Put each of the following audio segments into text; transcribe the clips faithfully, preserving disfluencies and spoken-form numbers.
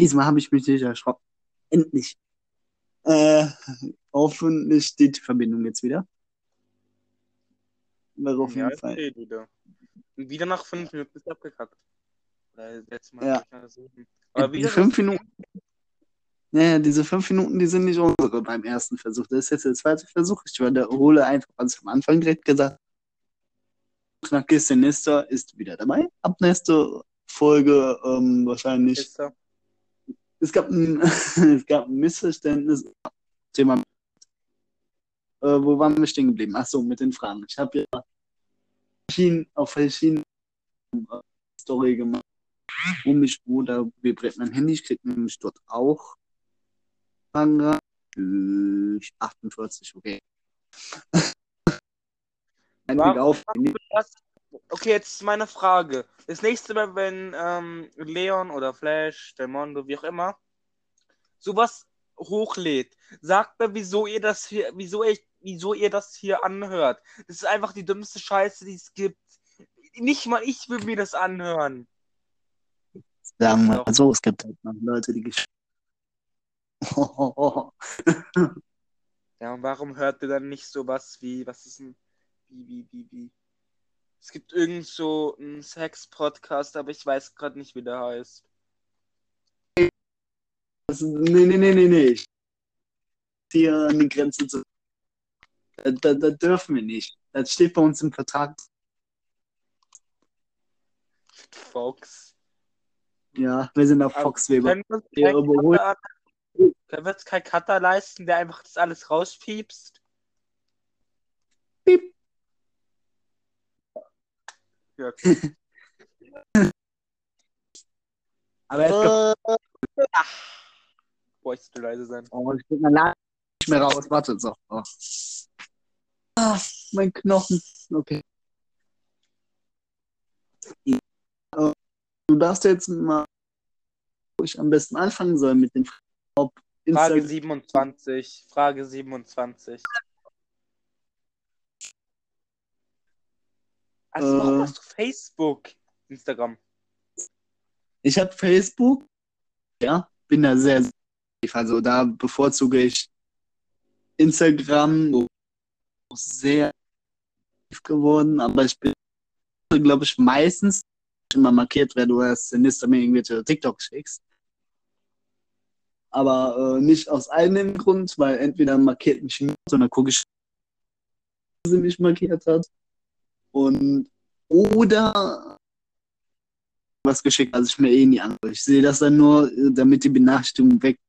Diesmal habe ich mich nicht erschrocken. Endlich. Äh, hoffentlich steht die Verbindung jetzt wieder. Wäre auf Ja, jeden jetzt Fall. steht wieder. Und wieder nach fünf Minuten ist abgekackt. Oder letztes Mal Ja. habe ich mal so. Aber Die wieder das. fünf Minuten, ja, diese fünf Minuten, die sind nicht unsere beim ersten Versuch. Das ist jetzt der zweite Versuch. Ich wiederhole einfach, was ich am Anfang direkt gesagt habe. Knackis Sinister ist wieder dabei. Ab nächste Folge ähm, wahrscheinlich. Ist er. Es gab ein, es gab ein Missverständnis. Thema, äh, wo waren wir stehen geblieben? Ach so, mit den Fragen. Ich habe ja verschieden, auf verschiedenen äh, Story gemacht, um mich oder vibriert mein Handy. Ich kriege nämlich dort auch Fragen. Äh, achtundvierzig, okay. Ein Blick Warum auf. das? Okay, jetzt ist meine Frage. Das nächste Mal, wenn ähm, Leon oder Flash, Delmondo, wie auch immer, sowas hochlädt, sagt mir, wieso ihr das hier, wieso ich, wieso ihr das hier anhört. Das ist einfach die dümmste Scheiße, die es gibt. Nicht mal ich will mir das anhören. Sagen wir Doch. mal so, es gibt halt noch Leute, die gesch- Ja, und warum hört ihr dann nicht sowas wie, was ist denn, wie, wie, wie, wie? Es gibt irgend so einen Sex-Podcast, aber ich weiß gerade nicht, wie der heißt. Das, nee, nee, nee, nee, nee. Hier an die Grenze zu. Da, da, da dürfen wir nicht. Das steht bei uns im Vertrag. Fox. Ja, wir sind auf Aber Fox Weber. können wir uns Wir keinen überholen. Cutter, können wir uns keinen Cutter leisten, der einfach das alles rauspiepst? Piep. Ja, okay. Aber jetzt kommt. Äh, ach, bräuchte du leise sein. Oh, ich krieg mein Laden nicht mehr raus. Warte, so. Oh. Ah, mein Knochen. Okay. Du darfst jetzt mal, wo ich am besten anfangen soll mit den Fragen, ob Frage Instagram. siebenundzwanzig. Frage siebenundzwanzig. Also, warum Äh, hast du Facebook? Instagram. ich habe Facebook. Ja, bin da sehr, sehr aktiv. Also da bevorzuge ich Instagram, wo auch sehr aktiv geworden, aber ich bin, glaube ich, meistens immer markiert, wenn du erst in Instagram irgendwelche TikToks schickst. Aber äh, nicht aus einem Grund, weil entweder markiert mich niemand, sondern gucke ich, sie mich markiert hat. Und oder was geschickt, also ich mir eh nie an. Ich sehe das dann nur, äh, damit die Benachrichtigung weg.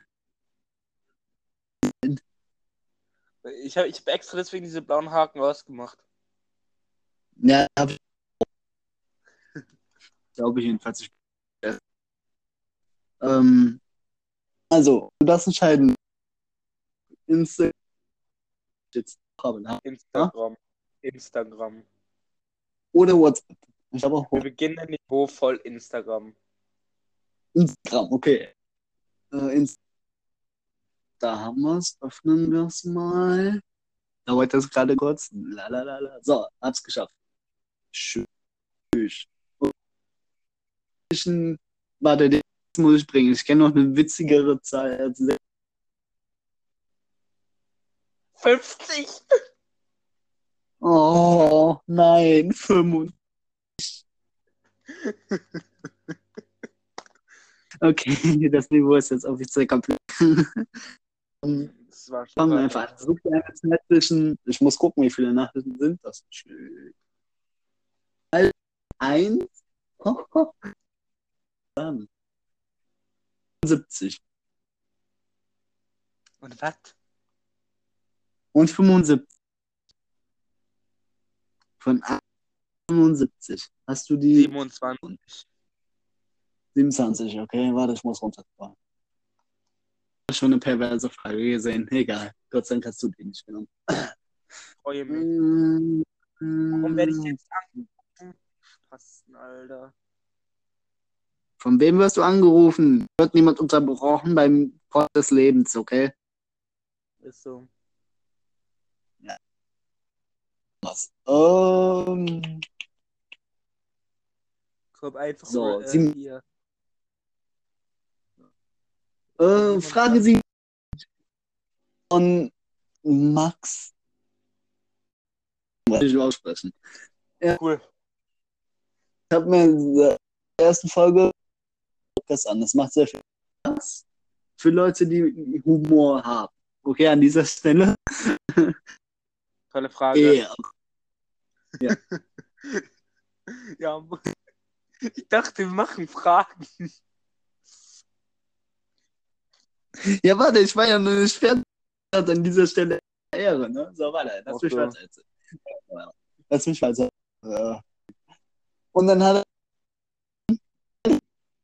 Ich habe ich hab extra deswegen diese blauen Haken ausgemacht. Ja, habe ich, glaube ich jedenfalls. Ich, ähm, also, du darfst entscheiden. Instagram jetzt haben, ja? Instagram. Instagram. Oder WhatsApp. Ich habe auch Wir beginnen niveauvoll Instagram. Instagram, okay. Äh, Inst da haben wir es. Öffnen wir es mal. Dauert das gerade kurz? Lalalala. So, hab's geschafft. Tschüss. Warte, den muss ich bringen. Ich kenne noch eine witzigere Zahl als sechs. fünfzig! Oh, nein, fünfundfünfzig. Okay, das Niveau ist jetzt offiziell komplett. Das war schon Fangen wir gerade einfach nicht. an. Such dir eine Zahl zwischen. Ich muss gucken, wie viele Nachrichten sind das. Eins. Dann siebzig. Und was? Und fünfundsiebzig. Von fünfundsiebzig. Hast du die siebenundzwanzig. siebenundzwanzig? Okay, warte, ich muss runterfahren. Schon eine perverse Frage gesehen. Egal. Gott sei Dank hast du die nicht genommen. Freue mich. Mm, Warum werde ich mm. jetzt angerufen? Spasten, Alter. Von wem wirst du angerufen? Wird niemand unterbrochen beim Port des Lebens, okay? Ist so. Ja. Was? Ähm, Komm einfach mal so, äh, sieben. hier. Äh, Frage sie von Max. Muss ich aussprechen. Ja, Cool. ich habe mir in der ersten Folge das an. Das macht sehr viel Spaß für Leute, die Humor haben. Okay, an dieser Stelle. Tolle Frage. Ja. Ja. Ja, ich dachte, wir machen Fragen. Ja, warte, ich war ja nur nicht fertig an dieser Stelle. Ehre, ne? So, warte, lass Ach mich so. weiter erzählen. Ja, lass mich weiter. Ja. Und dann hat er,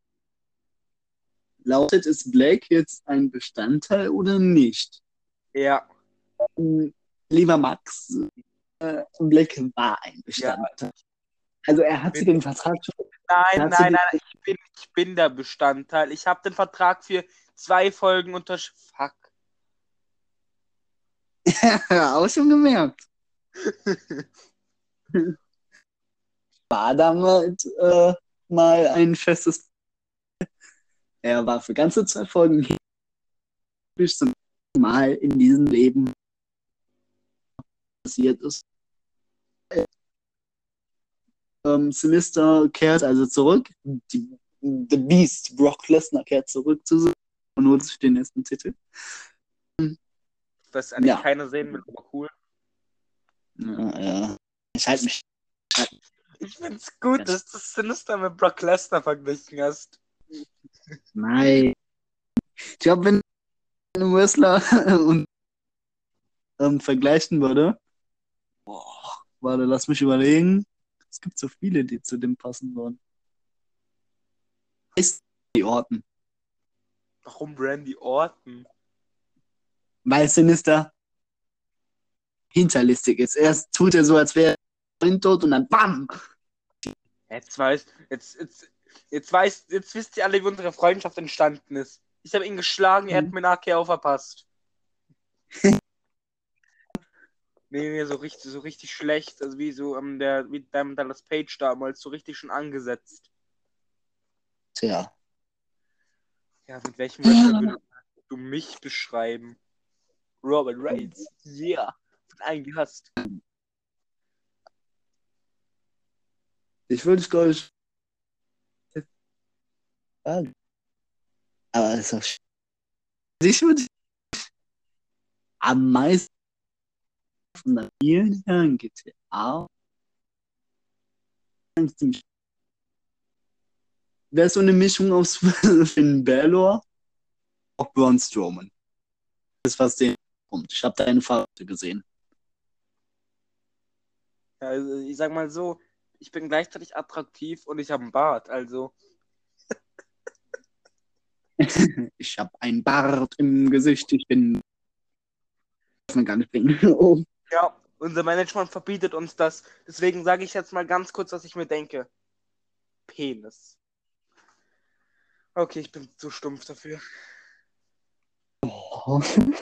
lautet, ist Blake jetzt ein Bestandteil oder nicht? Ja. Hm, Lieber Max, äh, Blake war ein Ja. Bestandteil. Also er hat sich den Vertrag schon. Nein, er hat nein, sich nein, ich bin, ich bin der Bestandteil. Ich habe den Vertrag für zwei Folgen unterschrieben. Fuck. Ja, auch schon gemerkt. War damals äh, mal ein festes. Er war für ganze zwei Folgen bis zum Mal in diesem Leben passiert ist. Ähm, Sinister kehrt also zurück. Die, The Beast, Brock Lesnar, kehrt zurück zu sich und holt sich den nächsten Titel. Das eigentlich Ja. keiner sehen will, aber cool. Ja, ja. Ich halte mich. Ich find's gut, dass du Sinister mit Brock Lesnar verglichen hast. Nein. Ich glaube, wenn ein Wrestler und ähm, vergleichen würde, boah, warte, lass mich überlegen. Es gibt so viele, die zu dem passen würden. Ist die Orten. Warum Randy Orton? Weil Sinister hinterlistig ist. Erst tut er so, als wäre er tot und dann BAM! Jetzt weiß, jetzt, jetzt, jetzt weiß, jetzt wisst ihr alle, wie unsere Freundschaft entstanden ist. Ich habe ihn geschlagen, er hat mir nachher auch verpasst. Nee, nee, so richtig, so richtig schlecht. Also wie so ähm, der, wie Diamond Dallas Page damals, so richtig schon angesetzt. Tja. Ja, mit welchem Wrestler würdest du mich beschreiben? Robert Reigns. Yeah. Von allen gehasst. Ich würde es, glaube ich. Aber es ist auch. Ich würde am meisten von der vielen Herren G T A. Wäre so eine Mischung aus Finn Balor und Braun Strowman. Das ist was den kommt. Ich habe da eine Farbe gesehen. Ja, also ich sag mal so, ich bin gleichzeitig attraktiv und ich habe einen Bart, also. Ich habe einen Bart im Gesicht. Ich bin. Darf man gar nicht bringen. Oh. Ja, unser Management verbietet uns das. Deswegen sage ich jetzt mal ganz kurz, was ich mir denke. Penis. Okay, ich bin zu stumpf dafür. Oh.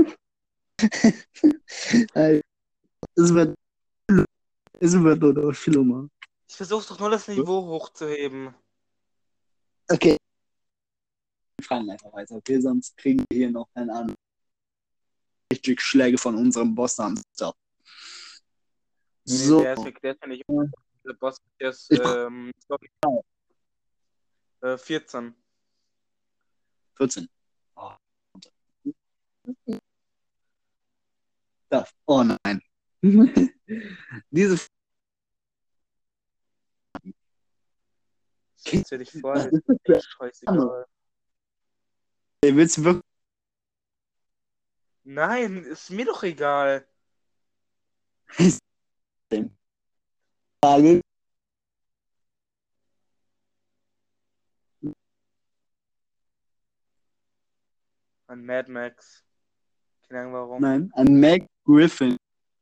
Es wird. Es wird oder Filmer. Ich versuche doch nur das Niveau hochzuheben. Okay. Wir fragen einfach weiter, okay? Sonst kriegen wir hier noch, keine Ahnung, richtig Schläge von unserem Boss am Start. Nee, nee, So. der ist, der ist ja nicht. Der Boss, der ist ähm, sorry, äh, vierzehn. vierzehn. Oh. Oh nein. Diese. Stell dich vor, das ist echt scheißegal. Ey, willst du wirklich. Nein, ist mir doch egal. Frage. An Mad Max. Keine Ahnung warum. Nein, an Meg Griffin.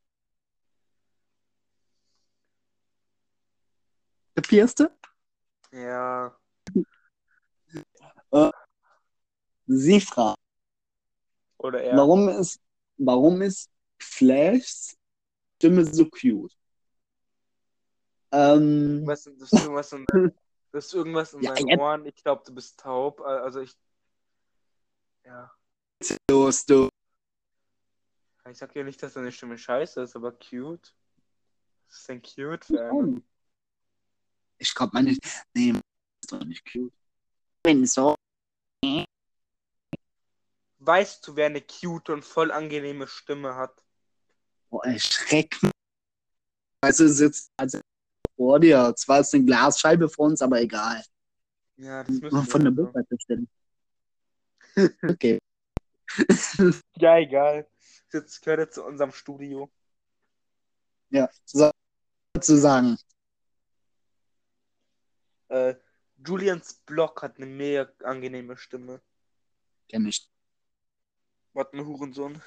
Kapierst du? Ja. Äh, sie fragt, Oder er. warum ist, warum ist Flashs Stimme so cute? Ähm, Was, das ist irgendwas in, das ist irgendwas in Ja, seinen jetzt- Ohren. Ich glaube, du bist taub. Also ich. Ja. Los, du. Ich sag ja nicht, dass deine Stimme scheiße ist, aber cute. Was ist denn cute für eine? Ich glaube, meine. Nee, ist doch nicht cute. Wenn so. Weißt du, wer eine cute und voll angenehme Stimme hat? Boah, erschreck mich. Weißt du, sitzt also vor dir. Zwar ist eine Glasscheibe vor uns, aber egal. Ja, das müssen Von wir der so. Bushaltestelle. Okay. Ja, egal. Das gehört jetzt zu unserem Studio. Ja, so zu sagen. Äh, Julians Blog hat eine mega angenehme Stimme. Kenn ich. Was ein Hurensohn.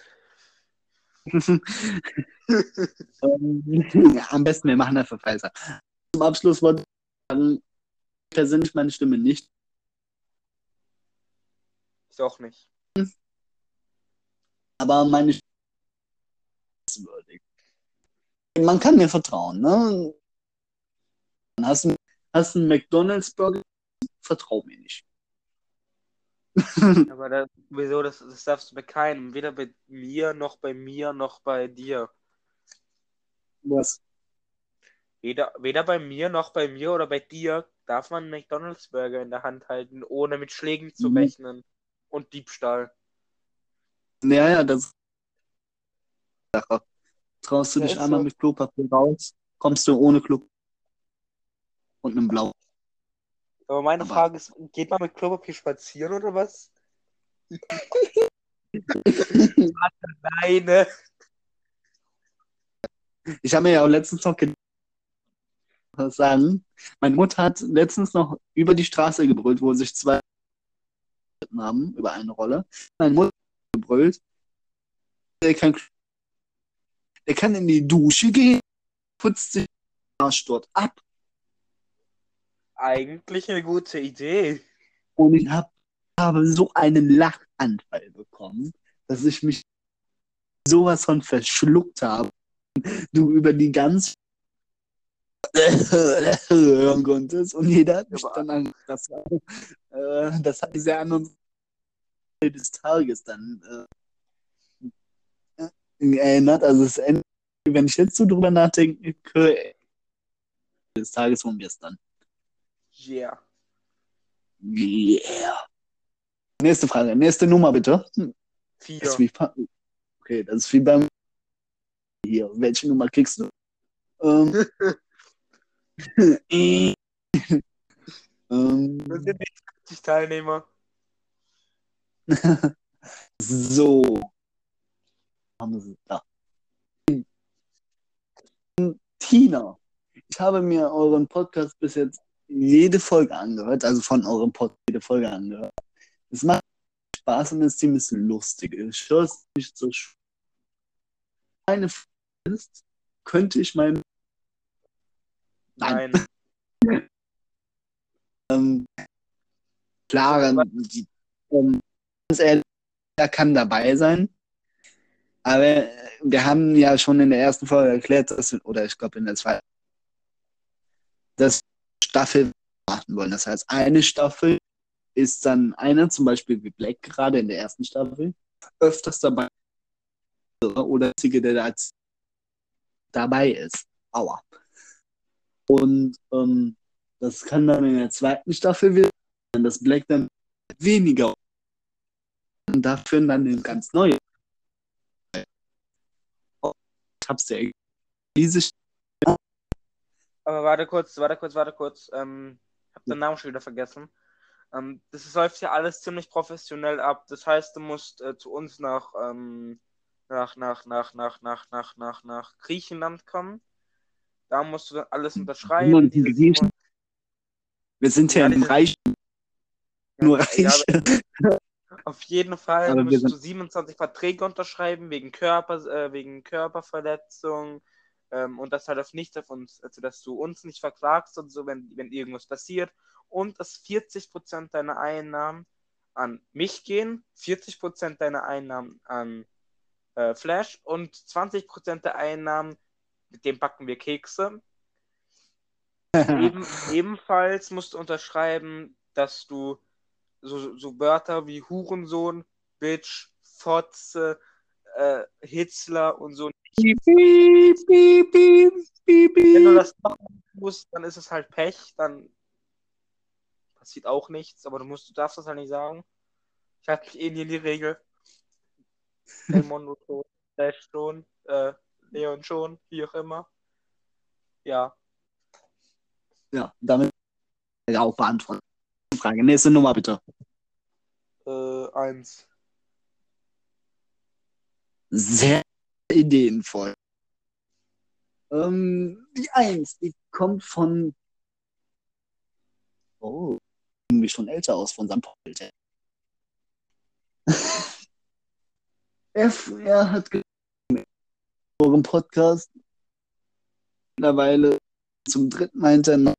ähm, ja, am besten, wir machen einfach weiter. Zum Abschluss wollte ich sagen, persönlich meine Stimme nicht. Ich auch nicht. Aber meine Stimme ist würdig. Man kann mir vertrauen, ne? Hast du hast einen McDonalds-Burger? Vertrau mir nicht. Aber das, wieso, das, das darfst du bei keinem. Weder bei mir, noch bei mir, noch bei dir. Was? Weder, weder bei mir, noch bei mir oder bei dir darf man einen McDonalds-Burger in der Hand halten, ohne mit Schlägen zu rechnen. Und Diebstahl. Ja, ja, das ist eine Sache. Traust du Ja, dich ist einmal so. mit Klopapier raus, kommst du ohne Klopapier und einem Blau. Aber meine Aber Frage ist, geht man mit Klopapier spazieren oder was? Nein. ich habe mir ja auch letztens noch gedacht, sagen, meine Mutter hat letztens noch über die Straße gebrüllt, wo sich zwei haben, über eine Rolle. Meine Mutter hat gebrüllt, der kann, der kann in die Dusche gehen, putzt sich den Arsch dort ab. Eigentlich eine gute Idee. Und ich hab, habe so einen Lachanfall bekommen, dass ich mich sowas von verschluckt habe. Du über die ganze hören konntest und jeder hat mich Aber, dann an das, äh, das hat mich sehr an uns des Tages dann äh, erinnert. Also es endet, wenn ich jetzt so drüber nachdenke, des Tages von gestern. yeah. Yeah. Nächste Frage, nächste Nummer bitte. Vier. Das ist wie, okay, das ist wie beim hier. Welche Nummer kriegst du? Ähm, ähm, Wir sind nicht fünfzig Teilnehmer. so. Haben sie da. Tina, ich habe mir euren Podcast bis jetzt jede Folge angehört, also von eurem Podcast jede Folge angehört. Es macht Spaß und ist ziemlich lustig. Ich höre es nicht so schwer. Meine Frage ist, könnte ich mein... Nein. Nein. ähm, klar, die, ähm, ganz ehrlich, er kann dabei sein. Aber wir haben ja schon in der ersten Folge erklärt, dass, oder ich glaube in der zweiten, dass wir Staffel machen wollen. Das heißt, eine Staffel ist dann einer, zum Beispiel wie Black gerade in der ersten Staffel, öfters dabei oder der einzige, der da als dabei ist. Aua. Und ähm, das kann dann in der zweiten Staffel wieder, sein, dass Black dann weniger und dafür dann eine ganz neue. Ich hab's ja diese Aber warte kurz, warte kurz, warte kurz. Ähm, ich habe den Namen schon wieder vergessen. Ähm, das läuft ja alles ziemlich professionell ab. Das heißt, du musst äh, zu uns nach, ähm, nach, nach, nach, nach, nach, nach, nach, nach Griechenland kommen. Da musst du dann alles unterschreiben. Diese sieben, wir sind ja, ja, im diese, Reich, ja, nur ja, Reich. auf jeden Fall Aber wir musst sind du siebenundzwanzig Verträge unterschreiben wegen Körper, äh, wegen Körperverletzung. Ähm, und das halt auf nichts auf uns, also dass du uns nicht verklagst und so, wenn, wenn irgendwas passiert. Und dass vierzig Prozent deiner Einnahmen an mich gehen, vierzig Prozent deiner Einnahmen an äh, Flash und zwanzig Prozent der Einnahmen, mit dem backen wir Kekse. Eben, ebenfalls musst du unterschreiben, dass du so, so Wörter wie Hurensohn Bitch, Fotze, äh, Hitzler und so. Piep, piep, piep, piep, piep, Wenn du piep. das machen musst, dann ist es halt Pech, dann passiert auch nichts, aber du musst, du darfst das halt nicht sagen. Ich halte mich eh nie in die Regel. Elmondo schon, Flash schon, äh, Leon schon, wie auch immer. Ja. Ja, damit auch beantwortet. Frage. Nächste Nummer bitte. Äh, eins. Sehr ideenvoll. Ähm, die Eins, die kommt von. Oh, irgendwie schon älter aus von seinem Pult. er, er hat in eurem Podcast mittlerweile zum dritten Mal hintereinander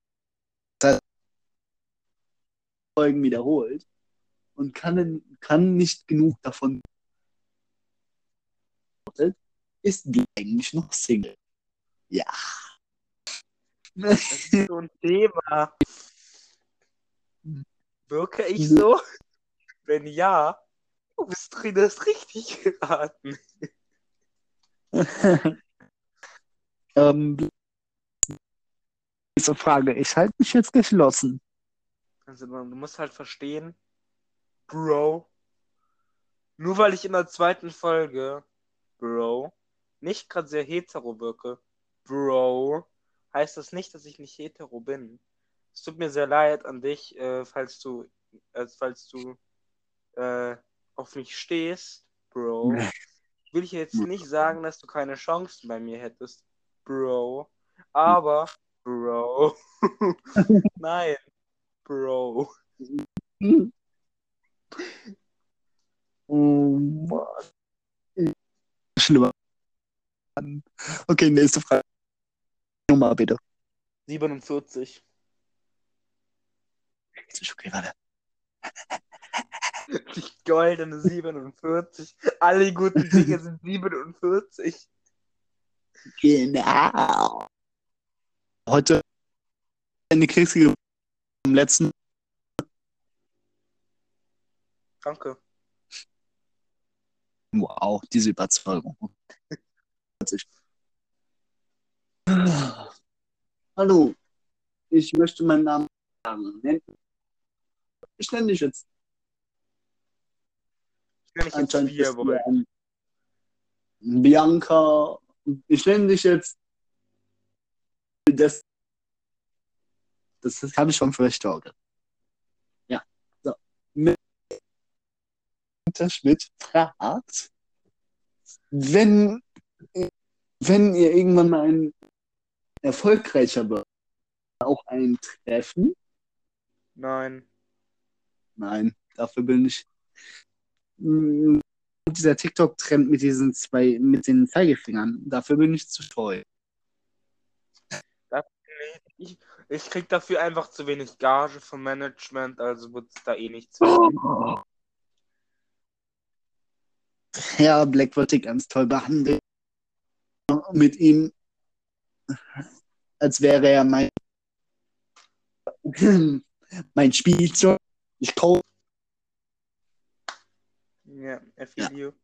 Folgen wiederholt und kann, kann nicht genug davon. Ist die eigentlich noch Single? Ja. Das ist so ein Thema. Wirke ich so? Wenn ja, du bist drin, das richtig geraten. ähm, diese Frage. Ich halte mich jetzt geschlossen. Also du musst halt verstehen, Bro, nur weil ich in der zweiten Folge, Bro, nicht gerade sehr hetero wirke, Bro, heißt das nicht, dass ich nicht hetero bin. Es tut mir sehr leid an dich, äh, falls du, äh, falls du äh, auf mich stehst, Bro. Will ich jetzt nicht sagen, dass du keine Chancen bei mir hättest, Bro. Aber, Bro. Nein, Bro. Oh Mann. Schlimmer. Okay, nächste Frage. Nummer bitte. siebenundvierzig. Okay, warte. Die goldene siebenundvierzig. Alle guten Dinge sind siebenundvierzig. Genau. Heute eine Kriegskriege im letzten. Danke. Wow, diese Überzeugung. Hallo, ich möchte meinen Namen sagen. Ich nenne dich jetzt Ich nenne dich jetzt anscheinend bist du ja Firebolt. ein Bianca. Ich nenne dich jetzt das. Das, das habe ich schon verstanden. Ja. So. Mister Schmidt fragt, wenn, wenn ihr irgendwann mal ein erfolgreicher wird, auch ein Treffen? Nein. Nein, dafür bin ich. Mh, dieser TikTok-Trend mit diesen zwei, mit den Zeigefingern, dafür bin ich zu scheu. Das, ich, ich krieg dafür einfach zu wenig Gage vom Management, also wird es da eh nichts werden. Oh. Herr Black wird dich ganz toll behandeln. Mit ihm, als wäre er mein, mein Spielzeug. Ich kaufe. Ja, I feel Ja. you.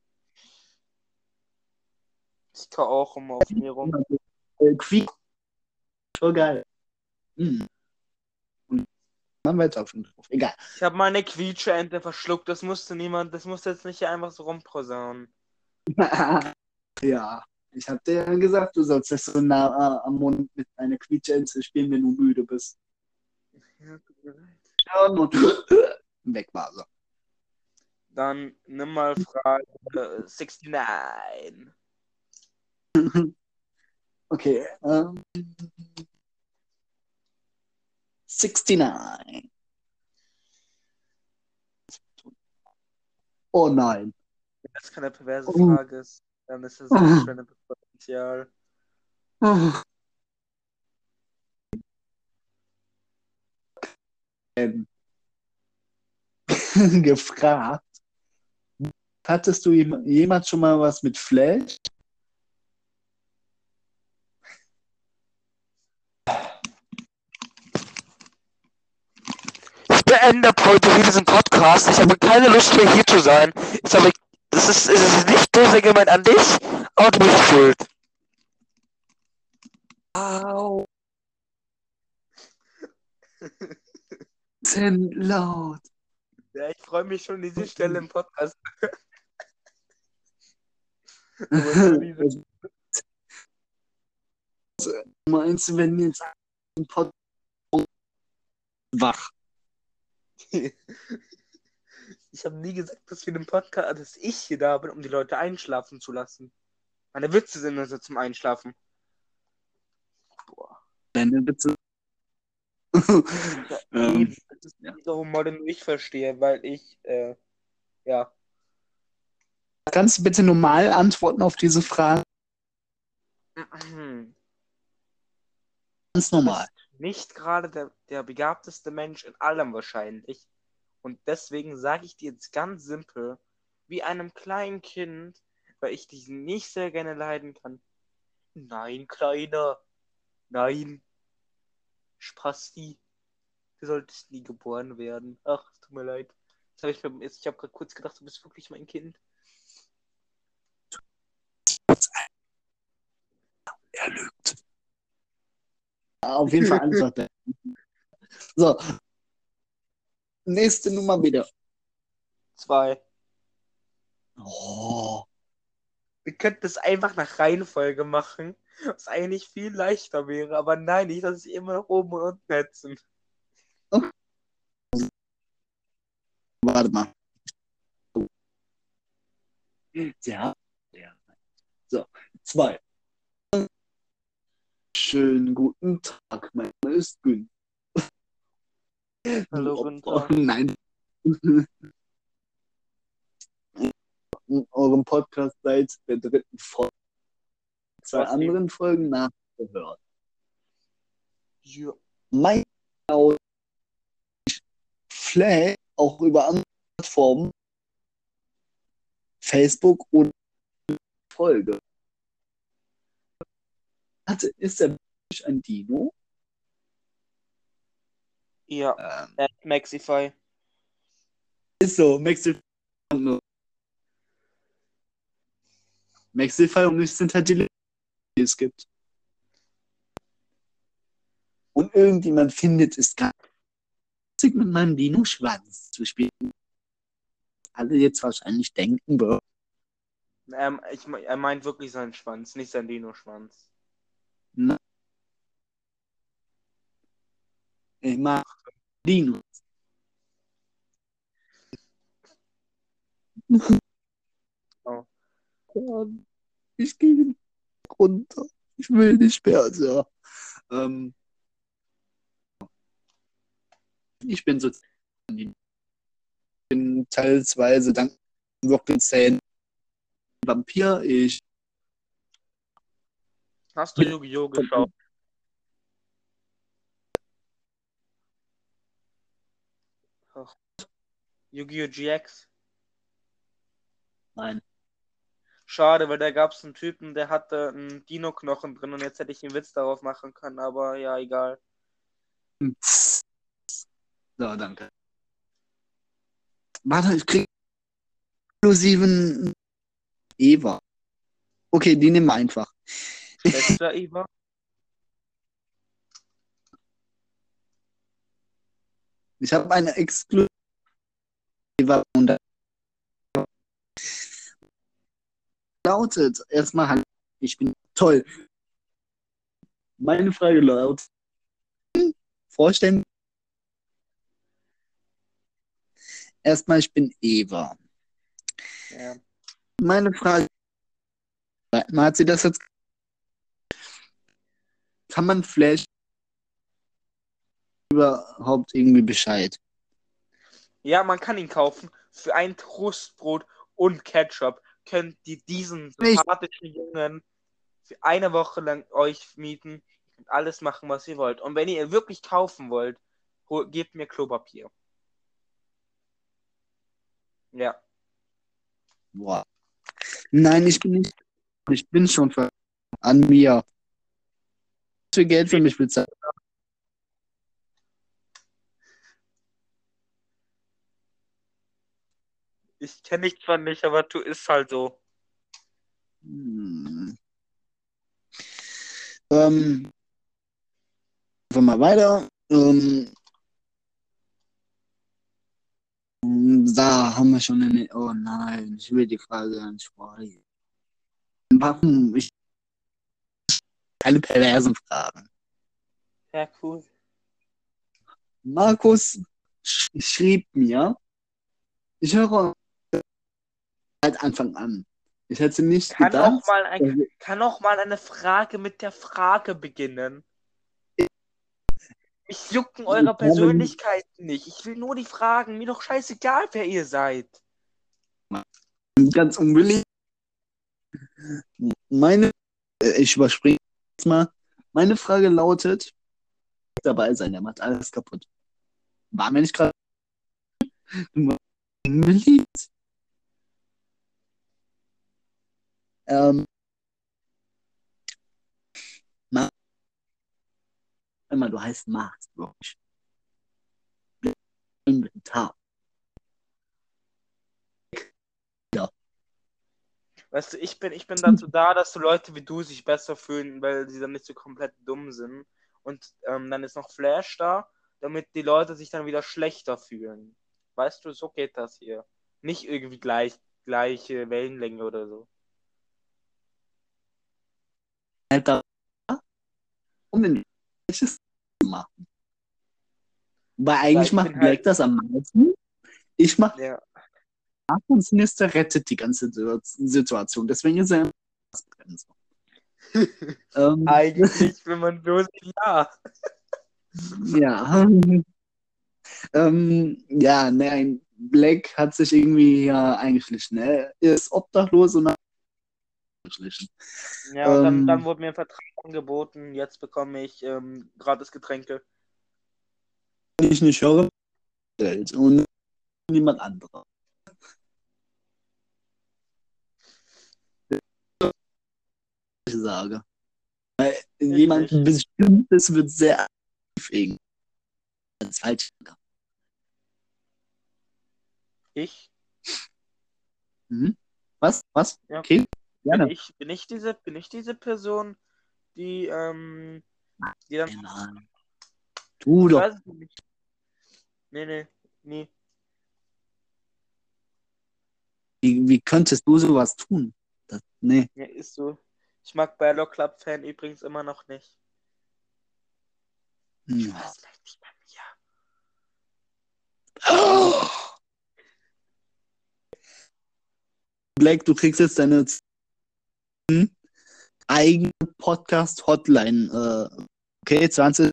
Ich kann auch immer auf mir rum. Quiek. Schon geil. Hm. Und man weiter auf den Drauf. Egal. Ich habe meine Quietscheente verschluckt, das musste niemand, das musste jetzt nicht hier einfach so rumposaunen. Ja, ich hab dir ja gesagt, du sollst nicht so nah äh, am Mund mit einer Quietschente spielen, wenn du müde bist. Ja, tut mir leid. Ja, und weg war sie. Dann nimm mal Frage äh, neunundsechzig. Okay. Ähm, neunundsechzig. Oh nein. Wenn das keine perverse Oh. Frage ist, dann ist das sexuelle Potenzial. Oh. Ähm, gefragt, hattest du jem- jemals schon mal was mit Flash? beendet heute hier diesen Podcast. Ich habe keine Lust mehr hier zu sein. Ich habe, es ist, es ist nicht böse gemeint an dich, aber du bist schuld. Au. Sind laut. Ja, ich freue mich schon diese Stelle im Podcast. Meinst du, wenn jetzt ein Podcast wach? Ich habe nie gesagt, dass wir im Podcast, dass ich hier da bin, um die Leute einschlafen zu lassen. Meine Witze sind also zum Einschlafen. Boah. Deine Witze. Ja, ähm, eben. Das ist dieser Humor, den ich verstehe, weil ich, äh, ja. Kannst du bitte normal antworten auf diese Frage? Ganz normal. Du bist nicht gerade der, der begabteste Mensch in allem wahrscheinlich. Und deswegen sage ich dir jetzt ganz simpel, wie einem kleinen Kind, weil ich dich nicht sehr gerne leiden kann. Nein, Kleiner. Nein. Spasti. Du solltest nie geboren werden. Ach, es tut mir leid. Jetzt hab ich mir, ich habe gerade kurz gedacht, du bist wirklich mein Kind. Er lügt. Auf jeden Fall einfach. So. Nächste Nummer wieder. Zwei. Oh. Wir könnten das einfach nach Reihenfolge machen, was eigentlich viel leichter wäre. Aber nein, nicht, dass ich immer nach oben und unten hetzen. Okay. Warte mal. Ja. So, zwei. Schönen guten Tag, mein Name ist Gün. Hallo, guten Tag. Oh, nein. In eurem Podcast seit der dritten Folge. Zwei Was anderen Folgen nachgehört. Ja. Mein Flash auch über andere Plattformen, Facebook und Folge. Hatte, ist er wirklich ein Dino? Ja, Ähm, Maxify. ist so, Maxify. Maxify und ich sind halt die, die es gibt. Und irgendjemand findet es ganz witzig, mit meinem Dino-Schwanz zu spielen. Alle jetzt wahrscheinlich denken, bro. Ähm, ich, er meint wirklich seinen Schwanz, nicht sein Dino-Schwanz. Na, ich mag Dinos. Oh. Ich gehe runter. Ich will nicht mehr. Also, ähm, ich bin so. Ich bin teilweise dank Rocket Sand Vampir. Ich. Hast du Yu-Gi-Oh! Geschaut? Ach. Yu-Gi-Oh! G X? Nein. Schade, weil da gab es einen Typen, der hatte einen Dino-Knochen drin und jetzt hätte ich einen Witz darauf machen können, aber ja, egal. So, danke. Warte, ich krieg exklusiven Eva. Okay, die nehmen wir einfach. Schwester Eva? Ich habe eine exklusive Eva und da lautet erstmal Hallo, ich bin toll. Meine Frage lautet: Vorstellen. Erstmal, ich bin Eva. Ja. Meine Frage: Hat sie das jetzt? Kann man Flash überhaupt irgendwie Bescheid? Ja, man kann ihn kaufen. Für ein Toastbrot und Ketchup könnt ihr diesen sympathischen Jungen für eine Woche lang euch mieten. Ihr könnt alles machen, was ihr wollt. Und wenn ihr ihn wirklich kaufen wollt, hol, gebt mir Klopapier. Ja. Boah. Nein, ich bin nicht. Ich bin schon für an mir. Für Geld für mich bezahlt. Ich kenne dich zwar nicht, aber du ist halt so. Hm. Ähm, Gehen wir mal weiter. Ähm, da haben wir schon eine. Oh nein, ich will die Frage gar nicht vorlesen. Warum? Ich keine perversen Fragen. Ja, cool. Markus sch schrieb mir, ich höre seit Anfang an. Ich hätte nicht Kann auch gedacht, mal, ein, dass kann auch mal eine Frage mit der Frage beginnen. Mich jucken ich eure habe Persönlichkeiten nicht. Ich will nur die Fragen. Mir doch scheißegal, wer ihr seid. ganz unwillig. Meine, äh, ich überspringe jetzt mal. Meine Frage lautet, dabei sein, der macht alles kaputt. War mir nicht gerade unbeliebt? Ähm, Ma- Immer, du heißt Max, glaube ich. Inventar. Ja. Weißt du, ich bin, ich bin dazu da, dass so Leute wie du sich besser fühlen, weil sie dann nicht so komplett dumm sind. Und ähm, dann ist noch Flash da, damit die Leute sich dann wieder schlechter fühlen. Weißt du, so geht das hier. Nicht irgendwie gleich, gleiche Wellenlänge oder so. Alter, um den Welches zu machen. Weil Ja, eigentlich ich macht bin halt, Black das am meisten. Ich mache ja, und Sinister rettet die ganze Situation. Deswegen ist er ähm, eigentlich, wenn man so sieht, ja. ja. ähm, ja, nein, Black hat sich irgendwie ja eingeschlichen. Er ist obdachlos und eingeschlichen. Ja, und dann, dann Ähm, wurde mir ein Vertrag angeboten, jetzt bekomme ich ähm, gratis Getränke. wenn ich nicht höre, Geld und niemand anderer. Ich sage. Jemand Richtig. Bestimmtes wird sehr aktiv als falsch. Ich? Mhm. Was? Was? Ja. Okay, Bin gerne. ich, bin ich diese, bin ich diese Person, die, ähm, die dann, Keine Ahnung. Du ich doch. weiß es nicht. Nee, nee, nee. Wie, wie könntest du sowas tun? Das, nee. Ja, ist so. Ich mag Battle Club Fan übrigens immer noch nicht. Ich Hm. weiß vielleicht nicht bei mir. Oh! Black, du kriegst jetzt deine eigene Podcast-Hotline. Äh, okay, zwanzig.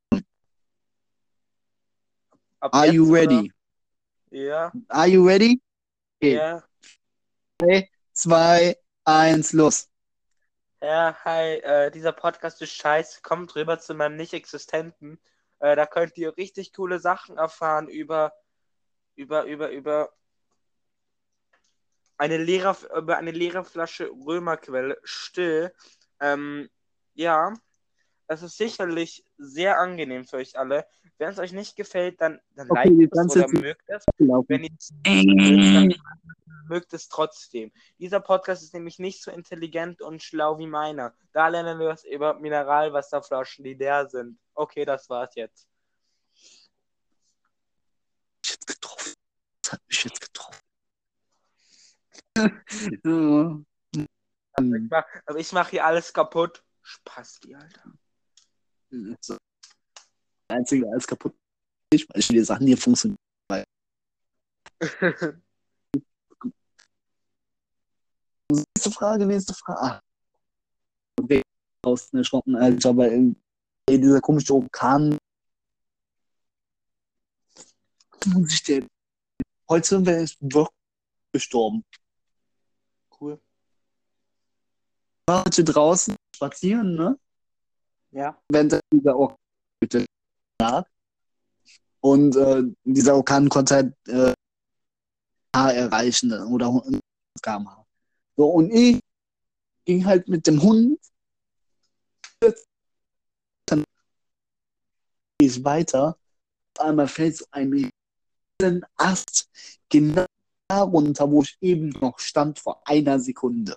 Ab Are you jetzt, oder? ready? Ja, Are you ready? Okay. ja. drei, zwei, eins, los. Ja, hi, äh, dieser Podcast ist scheiße. Kommt rüber zu meinem Nicht-Existenten. Äh, da könnt ihr richtig coole Sachen erfahren über, über, über, über eine leere, über eine leere Flasche Römerquelle. Still. Ähm, ja, es ist sicherlich sehr angenehm für euch alle. Wenn es euch nicht gefällt, dann, dann Okay, liked die es ganze oder Zeit mögt es. gelaufen. Wenn ihr es mögt, dann mögt es trotzdem. Dieser Podcast ist nämlich nicht so intelligent und schlau wie meiner. Da lernen wir was über Mineralwasserflaschen, die leer sind. Okay, das war's jetzt. Jetzt getroffen. Das hat mich jetzt getroffen. Ja. Also ich mach, also ich mach hier alles kaputt. Spasti, Alter. So. Der einzige, der alles kaputt ist, weil die Sachen hier funktionieren. Nächste Frage, nächste Frage. Ah, okay. Draußen erschrocken, Alter, weil ey, dieser komische Orkan. Muss ich dir. Heute wäre ich wirklich gestorben. Cool. Ich war heute draußen spazieren, ne? Ja. Während dieser Orkan lag. Und äh, dieser Orkan konnte halt äh, erreichen ne? Oder hundert Kilometer pro Stunde. So, und ich ging halt mit dem Hund dann gehe ich weiter. Auf einmal fällt so ein riesen Ast genau da runter, wo ich eben noch stand vor einer Sekunde.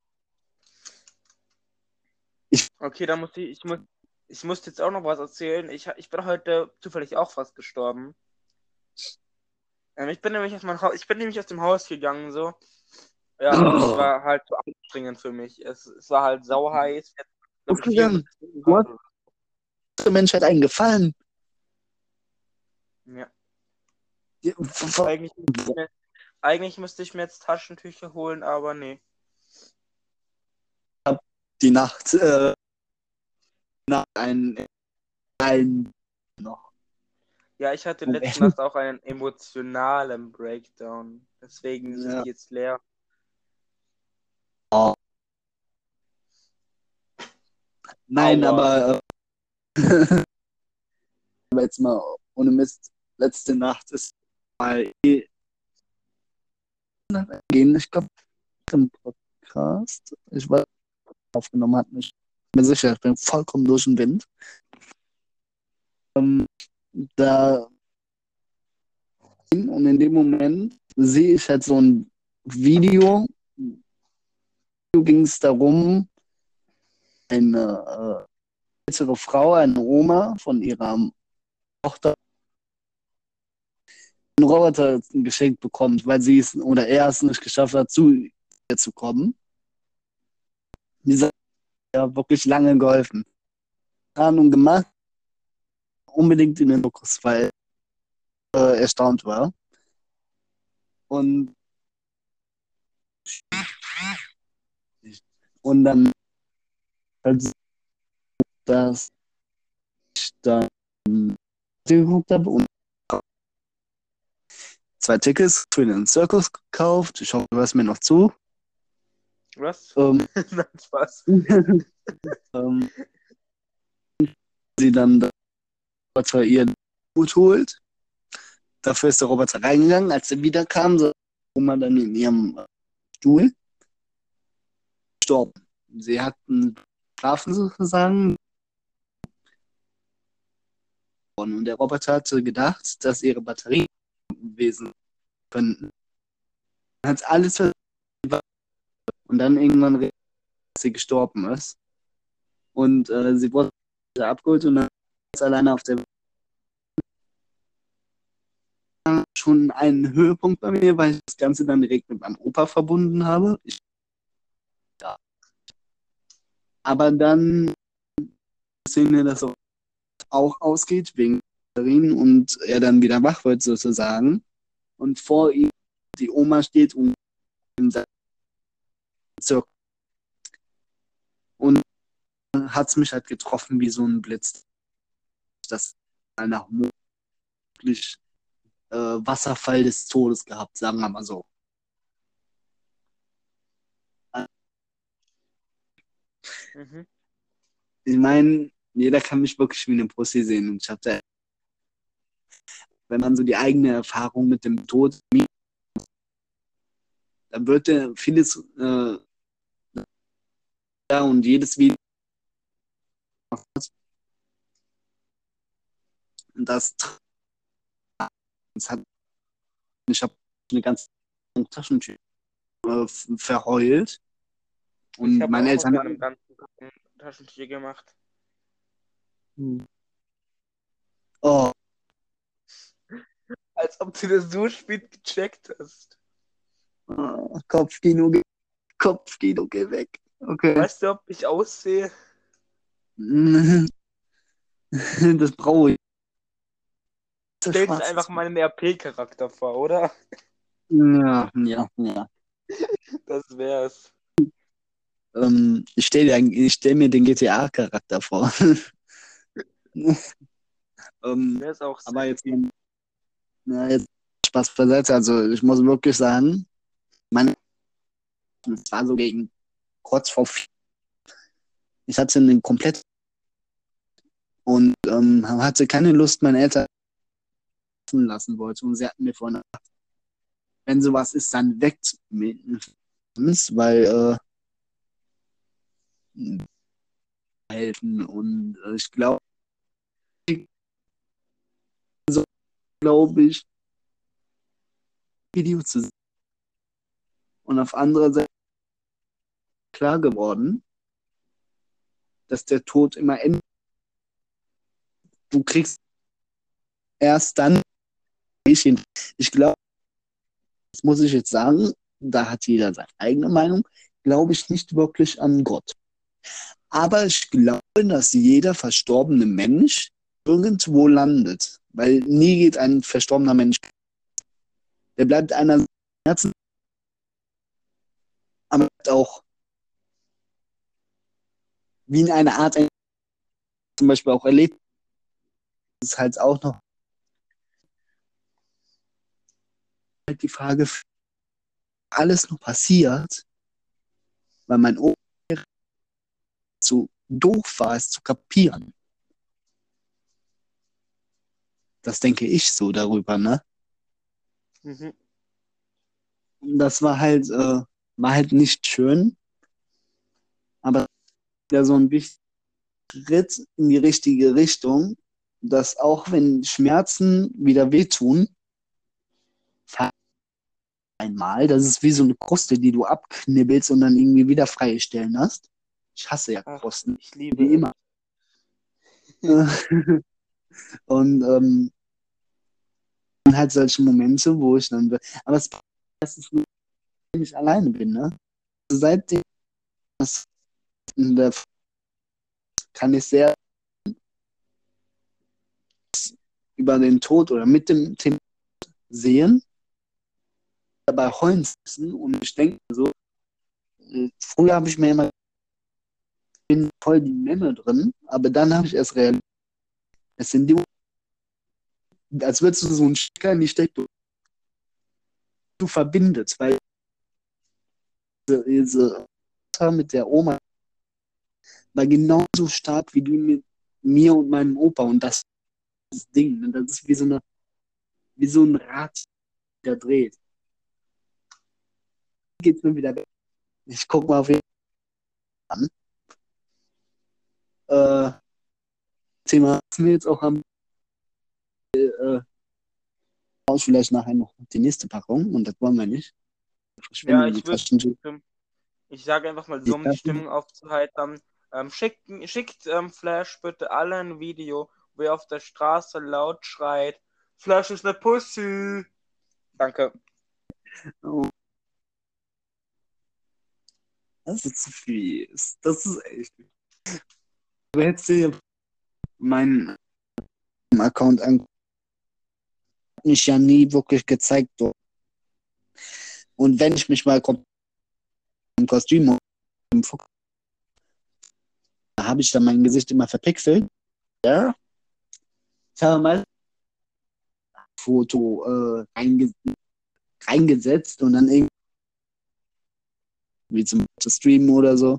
Okay, dann muss ich, ich muss, ich muss jetzt auch noch was erzählen. Ich, ich bin heute zufällig auch fast gestorben. Ähm, ich bin nämlich aus meinem Haus, ich bin nämlich aus dem Haus gegangen, so. Ja, und es war halt so anstrengend für mich. Es, es war halt sauheiß. Jetzt, glaub ich, Aufgegangen. vierundsechzig Du Grad. hast der Menschheit einen Gefallen. Ja. Die- w- w- Eigentlich, müsste ich mir- eigentlich müsste ich mir jetzt Taschentücher holen, aber nee. Die Nacht, äh, Nacht ein, ein noch. Ja, ich hatte Um letzte elf. Nacht auch einen emotionalen Breakdown. Deswegen sind Ja. die jetzt leer. Nein, Aua. aber, äh, aber jetzt mal ohne Mist, letzte Nacht ist mal eh gehen, ich glaube, im Podcast, ich weiß, aufgenommen hat, mich mir sicher, ich bin vollkommen durch den Wind. Ähm, da und in dem Moment sehe ich halt so ein Video, ging es darum, eine äh, ältere Frau, eine Oma von ihrer Tochter einen Roboter geschenkt bekommt, weil sie es oder er es nicht geschafft hat, zu ihr zu kommen. Dieser hat ja wirklich lange geholfen. Ahnung gemacht, unbedingt in den Fokus, weil äh, erstaunt war. Und, und dann, als dass ich dann geguckt habe und zwei Tickets für den Zirkus gekauft. Ich hoffe, du hörst mir noch zu. Was? Ähm, Nein, Spaß. ähm, sie dann den Roboter ihr Boot holt. Dafür ist der Roboter reingegangen. Als er wiederkam, so Oma dann in ihrem Stuhl gestorben. Sie hatten schlafen sozusagen. Und der Roboter hatte gedacht, dass ihre Batterien gewesen könnten. Hat alles versucht und dann irgendwann realisiert, dass sie gestorben ist. Und äh, sie wurde abgeholt und dann ist alleine auf der schon ein Höhepunkt bei mir, weil ich das Ganze dann direkt mit meinem Opa verbunden habe. Ich, ja. Aber dann sehen wir, dass er auch ausgeht wegen Batterien und er dann wieder wach wird sozusagen. Und vor ihm die Oma steht und in seinem Zirkel. Und hat es mich halt getroffen wie so ein Blitz. Das nach möglich äh, Wasserfall des Todes gehabt, sagen wir mal so. Mhm. Ich meine, jeder kann mich wirklich wie eine Pussy sehen. Und ich hatte, wenn man so die eigene Erfahrung mit dem Tod, dann wird ja vieles äh, ja, und jedes Video, das, das hat, ich habe eine ganze Taschentücher äh, verheult. Ich Und habe meine auch aus Eltern einem haben, ganzen Taschentücher gemacht. oh, Als ob du das so spät gecheckt hast. oh, Kopfkino, Kopfkino, geh weg. Okay. Weißt du, ob ich aussehe? Das brauche ich. Stell dir einfach meinen R P-Charakter vor, oder? Ja, ja, ja. Das wär's. Ähm, ich stelle ich stell mir den G T A-Charakter vor. ähm, Wär's auch aber jetzt, sexy. na, jetzt Spaß beiseite. Also ich muss wirklich sagen, meine, es war so gegen kurz vor vier. Ich hatte einen komplett und ähm, hatte keine Lust, meine Eltern lassen wollte. Und sie hatten mir vorhin gesagt, wenn sowas ist, dann weg mit uns, weil äh, helfen. Und äh, ich glaube, so glaube ich, Video zu sehen. Und auf anderer Seite klar geworden, dass der Tod immer endet. Du kriegst erst dann, ich, ich glaube, das muss ich jetzt sagen, da hat jeder seine eigene Meinung, glaube ich nicht wirklich an Gott. Aber ich glaube, dass jeder verstorbene Mensch irgendwo landet. Weil nie geht ein verstorbener Mensch. Der bleibt einer Herzen, aber auch wie in einer Art, zum Beispiel auch erlebt, ist halt auch noch halt die Frage, alles nur passiert, weil mein Opa zu doof war, es zu kapieren. Das denke ich so darüber, ne? Mhm. Das war halt, äh, war halt nicht schön, aber ja so ein wichtiger Schritt in die richtige Richtung, dass auch wenn Schmerzen wieder wehtun, einmal, das ist wie so eine Kruste, die du abknibbelst und dann irgendwie wieder freistellen hast. Ich hasse ja Ach, Krusten, ich liebe wie es. immer. Und ähm, halt solche Momente, wo ich dann, aber es ist nur, wenn ich alleine bin, ne? Also seitdem das in der kann ich sehr über den Tod oder mit dem Thema sehen, dabei heulen sitzen und ich denke so, äh, früher habe ich mir immer bin voll die Memme drin, aber dann habe ich erst realisiert, es sind die, als würdest du so einen Stecker in die Steckdose du verbindet, weil diese, diese mit der Oma war genauso stark wie du mit mir und meinem Opa und das, das Ding, ne? Das ist wie so eine, wie so ein Rad, der dreht. Geht's mir wieder weg. Ich guck mal auf jeden Fall an. Äh, Thema ist mir jetzt auch am äh, vielleicht nachher noch die nächste Packung und das wollen wir nicht. Ja, Verschwenden die ich würde, Taschen. ich sage einfach mal Die so, um die Taschen. Stimmung aufzuheitern, ähm, schickt, schickt ähm, Flash bitte alle ein Video, wo er auf der Straße laut schreit, Flash ist eine Pussy. Danke. Oh, das ist zu viel. Das ist echt. Du hättest dir meinen Account an mich ja nie wirklich gezeigt. So. Und wenn ich mich mal komplett im Kostüm im Fuchs, da habe ich dann mein Gesicht immer verpixelt. Ja. Ich habe mal ein Foto äh, reinge reingesetzt und dann irgendwie zum Streamen oder so,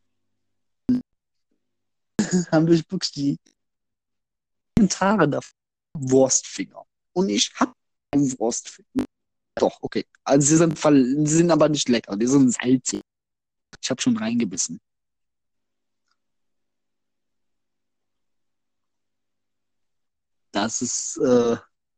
haben wir wirklich die Kommentare davon. Wurstfinger. Und ich habe einen Wurstfinger. Doch, okay. Also sie sind, sie sind aber nicht lecker, die sind salzig. Ich habe schon reingebissen. Das ist äh,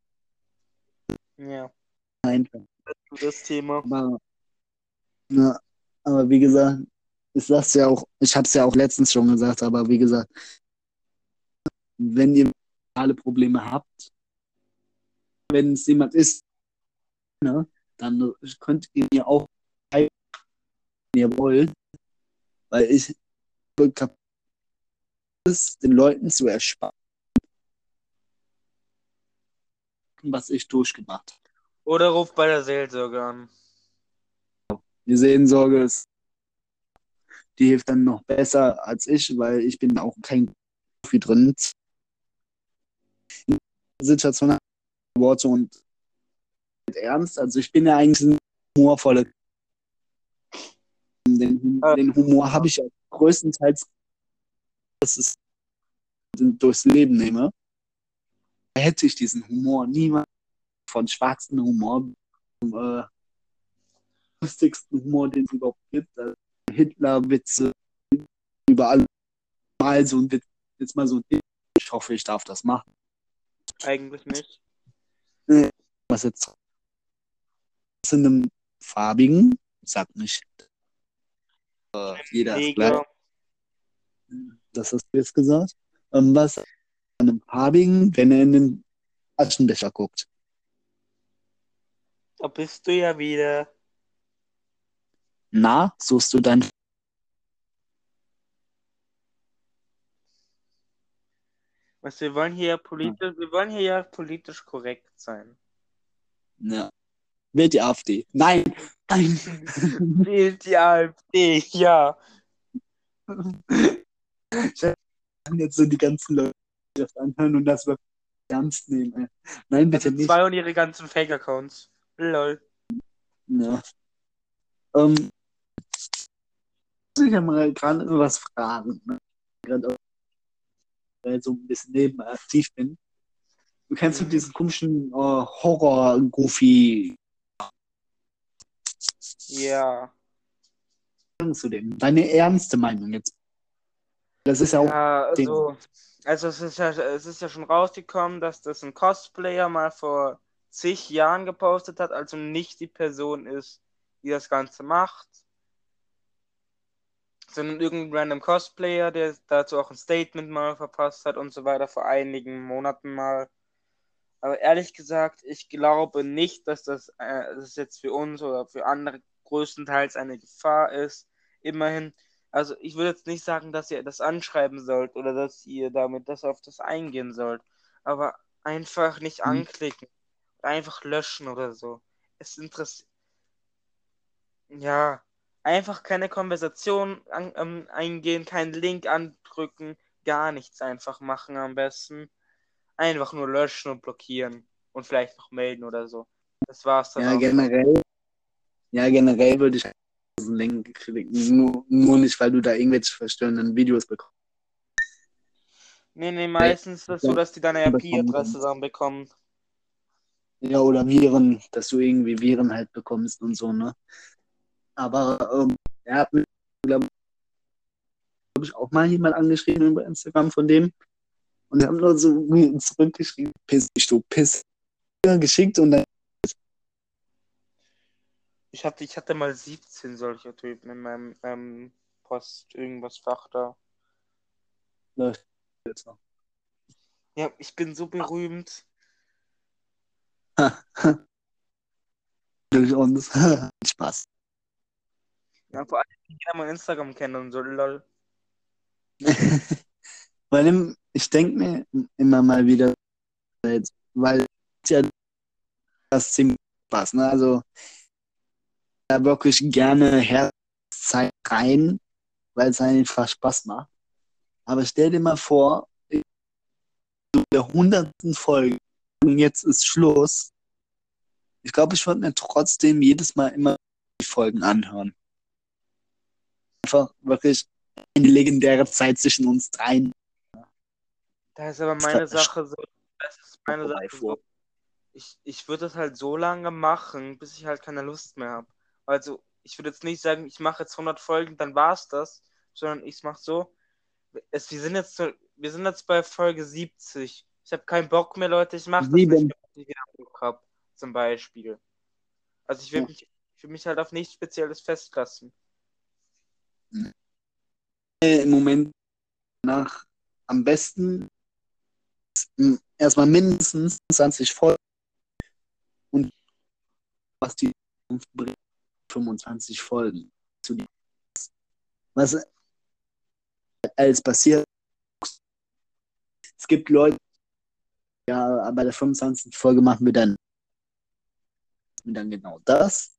Ja, einfach. das Thema. Aber, na, aber wie gesagt, ich sag's ja auch, ich habe es ja auch letztens schon gesagt, aber wie gesagt, wenn ihr alle Probleme habt, wenn es jemand ist, ne, dann könnt ihr mir auch, wenn ihr wollt, weil ich kapiere es, den Leuten zu ersparen, was ich durchgemacht habe. Oder ruft bei der Seelsorge an. Die Seelsorge ist, die hilft dann noch besser als ich, weil ich bin auch kein Profi drin. Situation Worte und ernst. Also ich bin ja eigentlich ein humorvoller. Den, Äh, den Humor habe ich ja größtenteils, dass ich es durchs Leben nehme. Hätte ich diesen Humor niemals von schwarzen Humor, äh, lustigsten Humor, den es überhaupt gibt. Also Hitler-Witze, überall mal so ein Witz, jetzt mal so ein Witz. Ich hoffe, ich darf das machen. eigentlich nicht. Was jetzt in einem farbigen, Sag nicht, jeder ist gleich. Neger. Das hast du jetzt gesagt. Ähm, was an einem farbigen, wenn er in den Aschenbecher guckt? Da bist du ja wieder. Na, suchst du dein... Was, wir wollen hier politisch, wir wollen hier ja politisch korrekt sein. Ja. Wählt die AfD. Nein, nein. Wählt die AfD, ja. Ich kann jetzt so die ganzen Leute das anhören und das wirklich ernst nehmen. Ey. Nein, bitte Also nicht. zwei und ihre ganzen Fake-Accounts. Lol. Ja. Ähm, muss ich ja mal gerade was fragen. Ne? Gerade auch, weil ich so ein bisschen nebenbei aktiv bin. Du kennst du Mhm. diesen komischen äh, Horror-Goofy Ja. zu dem? Deine ernste Meinung jetzt. Das ist ja auch Ja, Ding. also, also es ist ja, es ist ja schon rausgekommen, dass das ein Cosplayer mal vor zig Jahren gepostet hat, also nicht die Person ist, die das Ganze macht, sondern irgendein random Cosplayer, der dazu auch ein Statement mal verpasst hat und so weiter vor einigen Monaten mal. Aber ehrlich gesagt, ich glaube nicht, dass das, äh, das jetzt für uns oder für andere größtenteils eine Gefahr ist. Immerhin, also ich würde jetzt nicht sagen, dass ihr das anschreiben sollt oder dass ihr damit das auf das eingehen sollt. Aber einfach nicht Hm. anklicken. Einfach löschen oder so. Es interessiert. Ja, einfach keine Konversation an, ähm, eingehen, keinen Link andrücken, gar nichts einfach machen am besten. Einfach nur löschen und blockieren und vielleicht noch melden oder so. Das war's dann Ja, auch schon. generell, ja, generell würde ich diesen Link klicken. Nur, nur nicht, weil du da irgendwelche verstörenden Videos bekommst. Nee, nee, meistens ist es so, dass die deine I P-Adresse dann bekommen. Ja, oder Viren, dass du irgendwie Viren halt bekommst und so, ne? Aber ähm, er hat mir, glaube ich, auch mal jemand angeschrieben über Instagram von dem. Und er hat nur so zurückgeschrieben, piss dich, du Piss. Geschickt und dann. Ich hatte, ich hatte mal siebzehn solcher Typen in meinem ähm, Post-Irgendwas-Fach da. Läuft jetzt noch. Ja, ich bin so berühmt. Durch uns. Spaß. Ja, vor allem, die jeder mein Instagram kennen und so, lol. Weil im, ich denke mir immer mal wieder, weil ja das ziemlich Spaß, ne? Also da wirklich gerne Herzzeit rein, weil es einfach Spaß macht. Aber stell dir mal vor, in der hundertsten Folge und jetzt ist Schluss. Ich glaube, ich würde mir trotzdem jedes Mal immer die Folgen anhören. Einfach wirklich eine legendäre Zeit zwischen uns dreien. Da ist aber meine Sache so, das ist meine Sache so. Ich, ich würde das halt so lange machen, bis ich halt keine Lust mehr habe. Also, ich würde jetzt nicht sagen, ich mache jetzt hundert Folgen, dann war's das, sondern ich mache so, es, wir sind jetzt so, wir sind jetzt bei Folge siebzig. Ich habe keinen Bock mehr, Leute, ich mache das nicht, Sieben. wenn ich wieder Bock habe, zum Beispiel. Also ich will Ja. mich, ich will mich halt auf nichts Spezielles festlassen. Im Moment nach am besten erstmal mindestens zwanzig Folgen und was die bringt, fünfundzwanzig Folgen. Was alles passiert. Es gibt Leute, ja, bei der fünfundzwanzigsten Folge machen wir dann, dann genau das.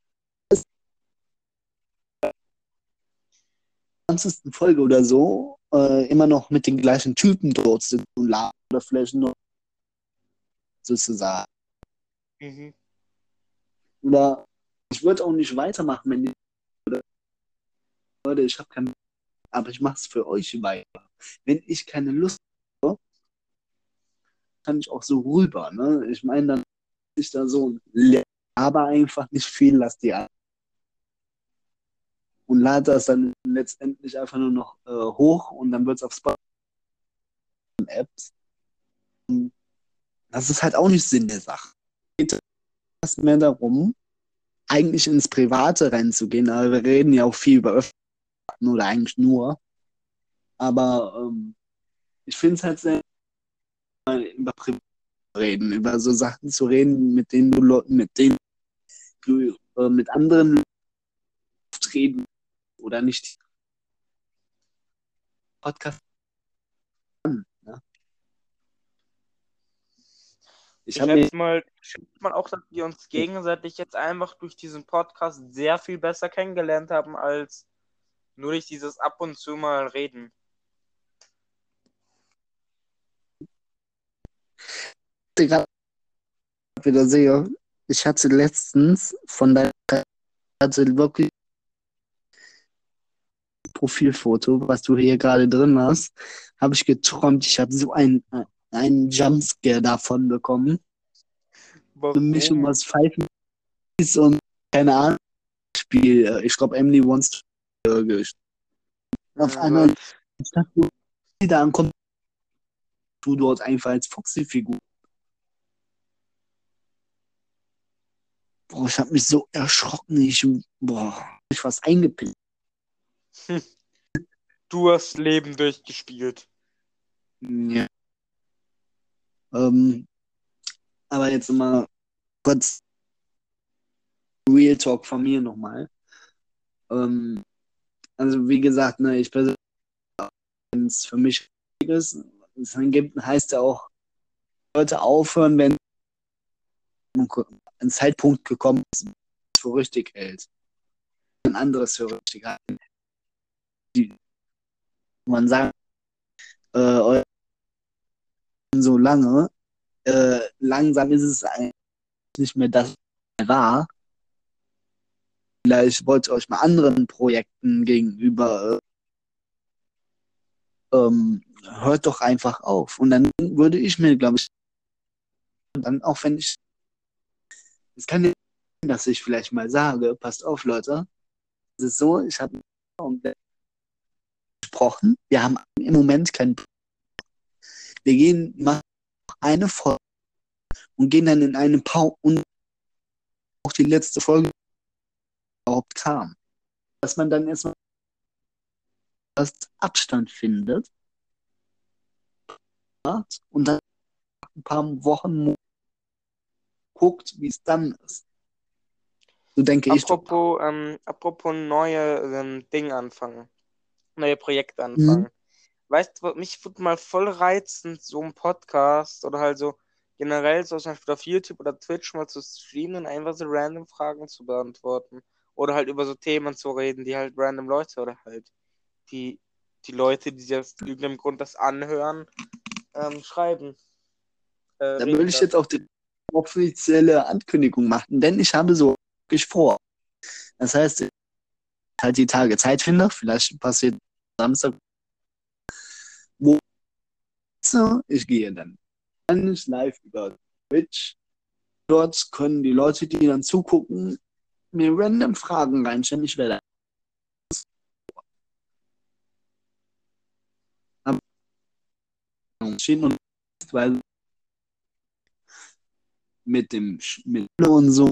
zwanzigsten Folge oder so äh, immer noch mit den gleichen Typen dort sitzen und laden oder vielleicht noch sozusagen. Mhm. Oder ich würde auch nicht weitermachen, wenn die Leute, ich habe keine, aber ich mache es für euch weiter. Wenn ich keine Lust habe, kann ich auch so rüber. Ne? Ich meine, dann ist da so, aber einfach nicht viel, lass die an. Und lade das dann letztendlich einfach nur noch äh, hoch und dann wird es auf Spotify-Apps. Das ist halt auch nicht Sinn der Sache. Es geht mehr darum, eigentlich ins Private reinzugehen, aber wir reden ja auch viel über Öffentlichkeiten oder eigentlich nur. Aber ähm, ich finde es halt sehr über Privat reden, über so Sachen zu reden, mit denen du Leuten, mit denen du äh, mit anderen Leuten reden oder nicht Podcast an. Ne? Ich Ich habe mir schätze mal, ich schätze mal auch, dass wir uns gegenseitig jetzt einfach durch diesen Podcast sehr viel besser kennengelernt haben, als nur durch dieses ab und zu mal reden. gerade wieder sehe, ich hatte letztens von deiner hatte wirklich Profilfoto, was du hier gerade drin hast, habe ich geträumt. Ich habe so einen, einen Jumpscare davon bekommen. Eine Mischung Warum? aus Five Nights und keine Ahnung Spiel. Ich glaube, Emily Wants to auf Oh einmal Gott. statt wo sie da ankommt, du dort einfach als Foxy-Figur. Boah, ich habe mich so erschrocken. Ich, boah, ich was eingepisst. Hm. Du hast Leben durchgespielt. Ja. Ähm, aber jetzt mal kurz Real Talk von mir nochmal. Ähm, also wie gesagt, ne, ich persönlich, wenn es für mich ist, es dann gibt, heißt ja auch, Leute aufhören, wenn ein Zeitpunkt gekommen ist, für richtig hält. Ein anderes für richtig hält. Man sagt, äh, so lange, äh, langsam ist es eigentlich nicht mehr das, was war. Vielleicht wollt ihr euch mal anderen Projekten gegenüber, ähm, hört doch einfach auf. Und dann würde ich mir, glaube ich, dann auch wenn ich, es kann ja sein, dass ich vielleicht mal sage, passt auf, Leute, es ist so, ich habe gesprochen, wir haben im Moment keinen, wir gehen, machen eine Folge und gehen dann in eine Pause und auch die letzte Folge überhaupt kam. Dass man dann erstmal erst Abstand findet und dann ein paar Wochen guckt, wie es dann ist. So denke ich doch. Apropos, ähm, apropos neue ähm, Dinge anfangen, neue Projekte Mhm. anfangen. Weißt du, mich würde mal voll reizen, so ein Podcast oder halt so generell so zum Beispiel auf YouTube oder Twitch mal zu streamen und einfach so random Fragen zu beantworten. Oder halt über so Themen zu reden, die halt random Leute oder halt die, die Leute, die sich aus irgendeinem Grund das anhören, ähm, schreiben, äh, Da würde reden ich jetzt lassen. auch die offizielle Ankündigung machen, denn ich habe so wirklich vor. Das heißt, ich halt die Tage Zeit finde, vielleicht passiert Samstag, wo ich gehe dann. Dann ist live über Twitch. Dort können die Leute, die dann zugucken, mir random Fragen reinstellen. Ich werde stehen und weil mit dem mit und so,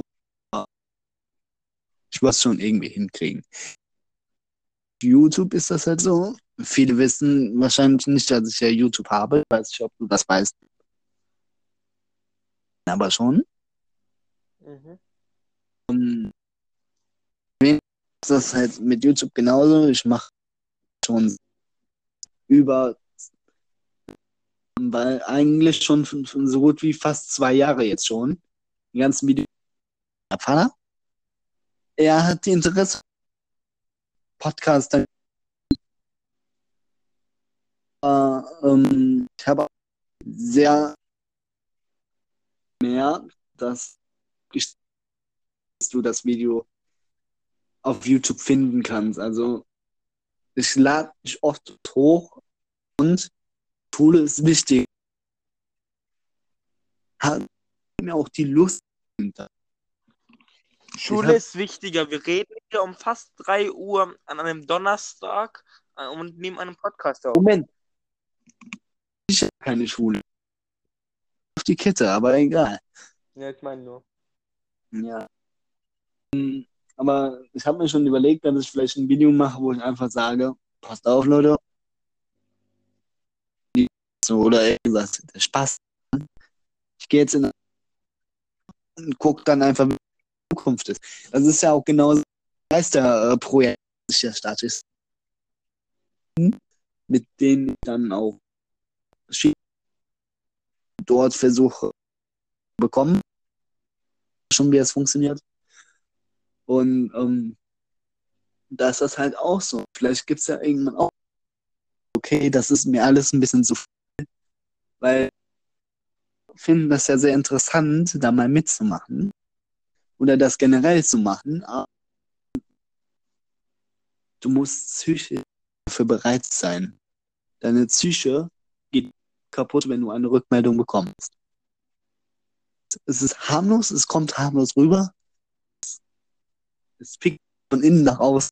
ich was schon irgendwie hinkriegen. YouTube ist das halt so. Viele wissen wahrscheinlich nicht, dass ich ja YouTube habe. Ich weiß nicht, ob du das weißt, aber schon. Mhm. Und mir ist das halt mit YouTube genauso. Ich mache schon über, weil eigentlich schon, schon so gut wie fast zwei Jahre jetzt schon. Die ganzen Videos. Mein Vater, er hat die Interesse Podcast. Äh, ähm, ich habe sehr mehr, dass du das Video auf YouTube finden kannst. Also ich lade mich oft hoch und Schule ist wichtig. Hat mir auch die Lust hinter. Ich Schule habe ist wichtiger. Wir reden hier um fast drei Uhr an einem Donnerstag äh, und nehmen einen Podcast auf. Moment, ich habe keine Schule. Auf die Kette, aber egal. Ja, ich meine nur. Ja. Aber ich habe mir schon überlegt, dass ich vielleicht ein Video mache, wo ich einfach sage, passt auf, Leute, so oder irgendwas, der Spaß. Ich gehe jetzt in und gucke dann einfach, wie die Zukunft ist. Das ist ja auch genau das Geisterprojekt, das der Start ist, mit denen ich dann auch dort versuche zu bekommen, schon wie es funktioniert. Und ähm, da ist das halt auch so. Vielleicht gibt es ja irgendwann auch, okay, das ist mir alles ein bisschen zu viel, weil finden das ja sehr interessant, da mal mitzumachen oder das generell zu machen. Aber du musst psychisch dafür bereit sein. Deine Psyche geht kaputt, wenn du eine Rückmeldung bekommst. Es ist harmlos, es kommt harmlos rüber, es fickt von innen nach außen.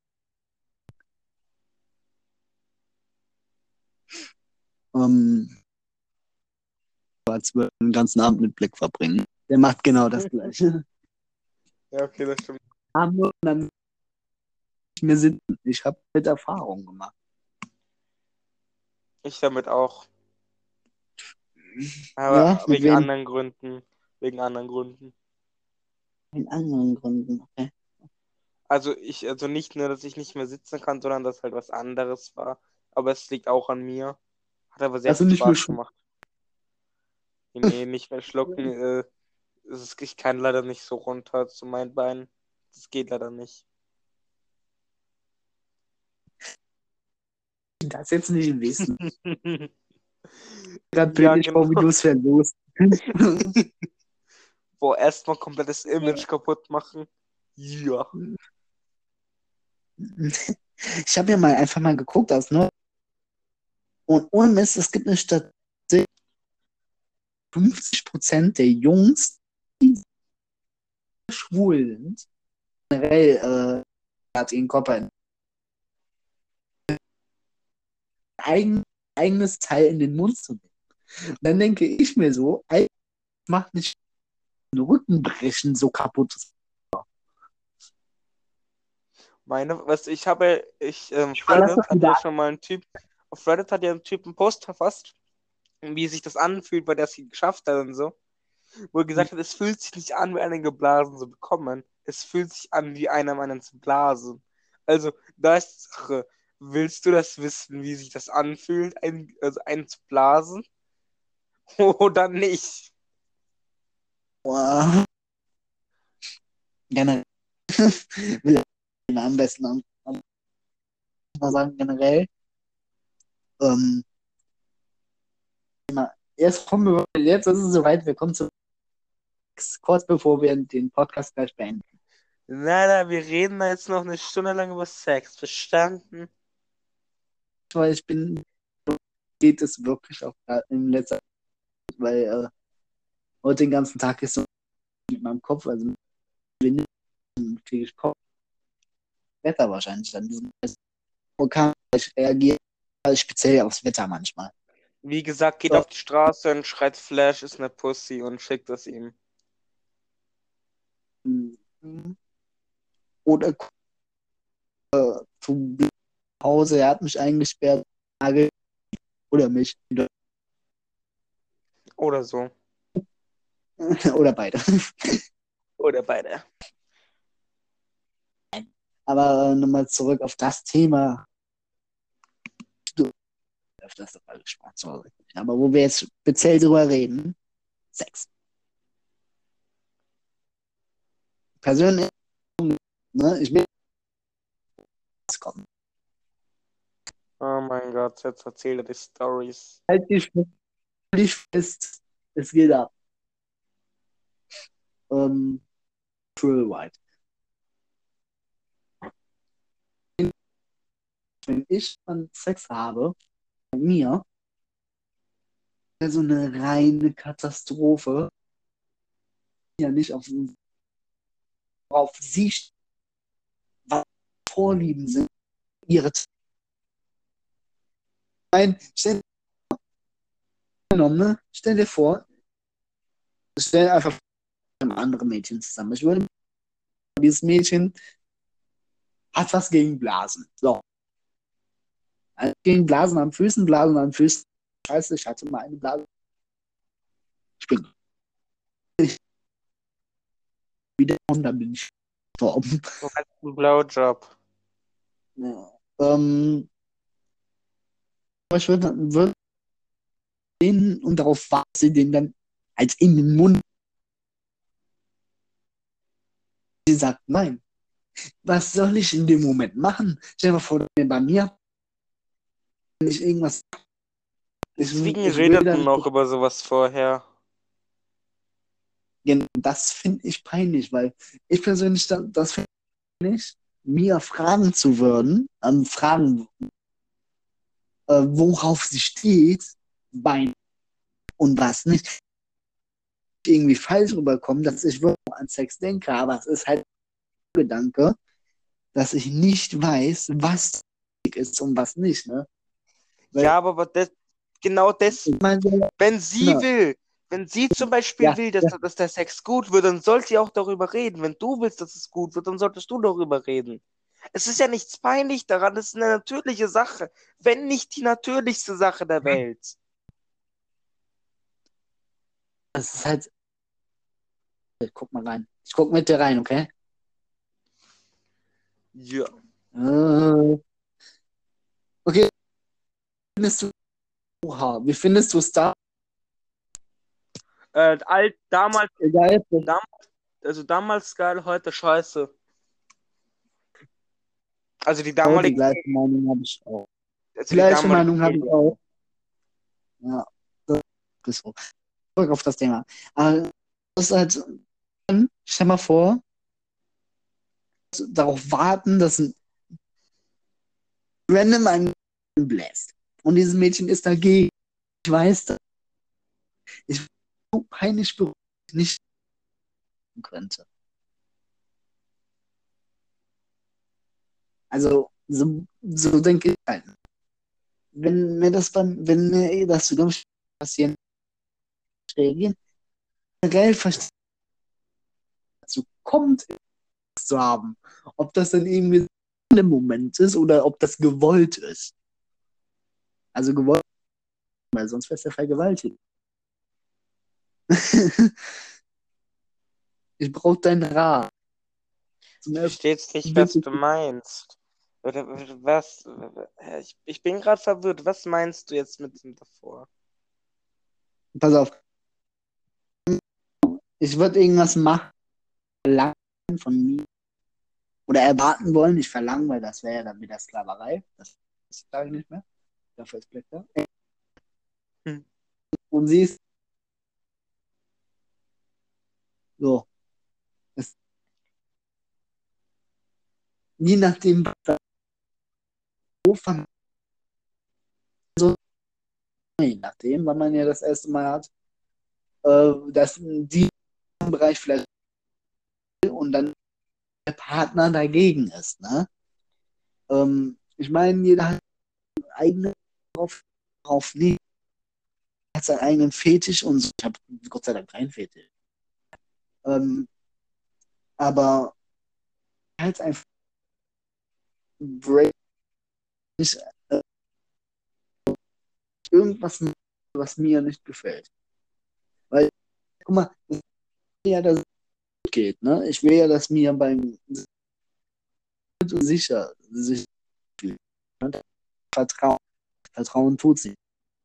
Ähm, als würde den ganzen Abend mit Blick verbringen. Der macht genau das Gleiche. Ja, okay, das stimmt. Harmlos und dann nicht mehr Sinn. Ich habe mit Erfahrung gemacht. Ich damit auch. Aber Ja, mit wegen wem? anderen Gründen. Wegen anderen Gründen. In anderen Gründen, okay. Also ich, also nicht nur, dass ich nicht mehr sitzen kann, sondern dass halt was anderes war. Aber es liegt auch an mir. Hat aber sehr Also viel nicht mehr Spaß Schule. gemacht. Nee, nicht mehr schlucken. Äh, es ist, ich kann leider nicht so runter zu meinen Beinen. Das geht leider nicht. Das jetzt nicht wissen. Gerade Ja, bildlich vor, wie genau. du es verlost. Boah, erstmal komplettes Image kaputt machen. Ja. Ich habe ja mal einfach mal geguckt, aus ne? Und ohne Mist, es gibt eine Statistik, fünfzig Prozent der Jungs, die schwul sind, generell äh, hat ihren Körper ein eigen, eigenes Teil in den Mund zu nehmen. Und dann denke ich mir so, eigentlich macht nicht ein Rückenbrechen so kaputt. Meine, was ich habe, ich, ähm, Ich verlasse Reddit das hatte wieder ja an. schon mal ein Typ, auf Reddit hat ja ein Typ einen Post verfasst, wie sich das anfühlt, weil der es geschafft hat und so, wo er gesagt hat, es fühlt sich nicht an, wie einen geblasen zu bekommen. Es fühlt sich an, wie einem einen zu blasen. Also, da ist die Sache. Willst du das wissen, wie sich das anfühlt, einen, also einen zu blasen? Oder nicht? Boah. Generell will ich am besten an, an, mal sagen, generell. Ähm, Jetzt kommen wir, jetzt ist es soweit, wir kommen zu kurz bevor wir den Podcast gleich beenden. Nein, nein, wir reden da jetzt noch eine Stunde lang über Sex. Verstanden? Weil ich bin, geht es wirklich auch in letzter Zeit, weil äh, heute den ganzen Tag ist so mit meinem Kopf, also kriege ich Kopf, Wetter wahrscheinlich dann. Wo kann ich reagieren, speziell aufs Wetter manchmal. Wie gesagt, geht So. auf die Straße und schreit Flash ist eine Pussy und schickt es ihm. Oder äh, zu Hause, er hat mich eingesperrt, oder mich. Oder so. Oder beide. Oder beide. Aber äh, nochmal zurück auf das Thema. Du öfters dabei gesprochen, sorry. Aber wo wir jetzt speziell drüber reden, Sex. Persönlich, ne, ich will kommen. Oh mein Gott, jetzt erzählt er die Stories. Halt dich völlig fest, es geht ab. Ähm, Trill White. Wenn ich dann Sex habe, bei mir, so eine reine Katastrophe, ja nicht auf, auf sie, was Vorlieben sind, ihre Nein, stell, ne? Stell dir vor, stell einfach mit einem anderen Mädchen zusammen. Ich würde dieses Mädchen hat was gegen Blasen. So. Also gegen Blasen an Füßen, Blasen an Füßen. Scheiße, ich hatte mal eine Blase. Ich bin wieder und dann bin ich gestorben. Du meinst einen Blowjob. Ja. Ähm, aber ich würde würd den und darauf warten, sie den dann als in den Mund. Sie sagt, nein. Was soll ich in dem Moment machen? Stell dir mal vor, bei mir, wenn ich irgendwas. Ich, Deswegen ich will redeten dann. noch über sowas vorher. Das finde ich peinlich, weil ich persönlich da- das finde ich nicht, mir fragen zu würden, ähm, fragen, äh, worauf sie steht, bei und was nicht. Irgendwie falsch rüberkommen, dass ich wirklich an Sex denke, aber es ist halt ein Gedanke, dass ich nicht weiß, was ist und was nicht, ne? Weil, Ja, aber das, genau das, ich meine, so, wenn sie ne, will, wenn sie zum Beispiel ja, will, dass, ja, dass der Sex gut wird, dann soll sie auch darüber reden. Wenn du willst, dass es gut wird, dann solltest du darüber reden. Es ist ja nichts peinlich daran, es ist eine natürliche Sache, wenn nicht die natürlichste Sache der Welt. es ist halt, ich guck mal rein. Ich guck mit dir rein, okay? Ja. Äh, okay, findest du, oha, wie findest du Star? Äh, alt, damals, Egal, damals, also damals geil, heute scheiße. Also die oh, die damalige, gleiche Meinung habe ich auch. also Die die gleiche damalige Meinung habe ich Serie. auch. Ja, das ist so. Zurück auf das Thema. Aber das ist halt, stell mal vor, darauf warten, dass ein random einen bläst. Und dieses Mädchen ist dagegen. Ich weiß das. Ich bin so peinlich berührt, dass ich nicht könnte. Also, so, so denke ich halt. Wenn mir das beim, wenn mir das zu dumm passieren, reagieren, generell verstehe dazu kommt, zu haben. Ob das dann irgendwie im Moment ist oder ob das gewollt ist. Also gewollt, weil sonst wäre es ja vergewaltigt. Ich brauche deinen Rat. Zum Ich ersten verstehe jetzt nicht, was wirklich, du meinst. Oder was? Ich, ich bin gerade verwirrt. Was meinst du jetzt mit dem davor? pass auf, ich würde irgendwas machen, verlangen von mir oder erwarten wollen, nicht verlangen, weil das wäre ja dann wieder Sklaverei. Das sage ich nicht mehr. Dafür ist Black da. Hm. Und sie ist so. Es, je nachdem, was da wovon so, je nachdem, wann man ja das erste Mal hat, äh, dass die im Bereich vielleicht und dann der Partner dagegen ist. Ne? Ähm, ich meine, jeder hat eigene drauf, drauf nicht, hat seinen eigenen Fetisch und so. Ich habe Gott sei Dank keinen Fetisch. Ähm, aber halt einfach break nicht äh, irgendwas, was mir nicht gefällt. Weil, guck mal, das ist ja, dass es gut geht. Ne? Ich will ja, dass mir beim sicher sich fühlt. Vertrauen. Vertrauen tut sie.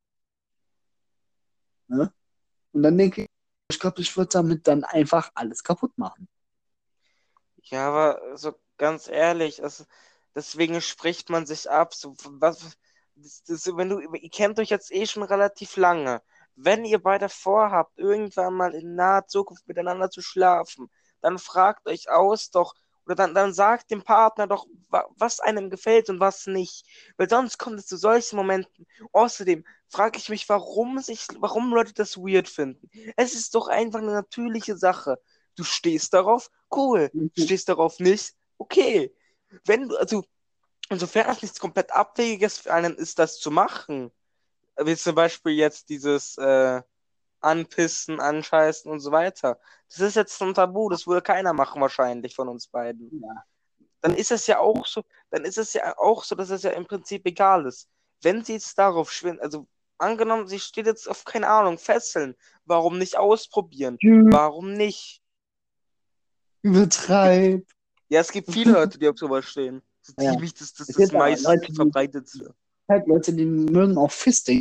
Ne? Und dann denke ich, ich glaube, ich würde damit dann einfach alles kaputt machen. Ja, aber so ganz ehrlich, also, deswegen spricht man sich ab. So, was, das, das, wenn du, ihr kennt euch jetzt eh schon relativ lange. Wenn ihr beide vorhabt, irgendwann mal in naher Zukunft miteinander zu schlafen, dann fragt euch aus doch, oder dann, dann sagt dem Partner doch, wa- was einem gefällt und was nicht. Weil sonst kommt es zu solchen Momenten. Außerdem frage ich mich, warum sich, warum Leute das weird finden. Es ist doch einfach eine natürliche Sache. Du stehst darauf, cool. Stehst darauf nicht, okay. Wenn du, also, insofern es nichts komplett Abwegiges für einen ist, das zu machen, wie zum Beispiel jetzt dieses äh, anpissen, anscheißen und so weiter. Das ist jetzt ein Tabu, das würde keiner machen wahrscheinlich von uns beiden. Ja. Dann ist es ja auch so, dann ist es ja auch so, dass es ja im Prinzip egal ist. Wenn sie jetzt darauf schwindet, also angenommen, sie steht jetzt auf, keine Ahnung, Fesseln, warum nicht ausprobieren? Warum nicht? Übertreib. Ja, es gibt viele Leute, die auf sowas stehen. So Ja. ziemlich das, das, Es das gibt aber meist Leute, die- verbreitetste. Halt Leute, die mögen auch Fisting.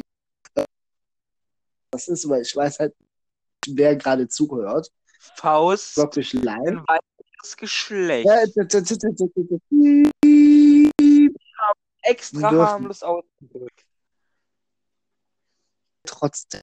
Das ist, weil ich weiß halt, wer gerade zuhört. Faust, Wirklich live. ein weibliches Geschlecht. Ja, t- t- t- t- t- t- Extra dürfen. harmlos ausgedrückt. Trotzdem.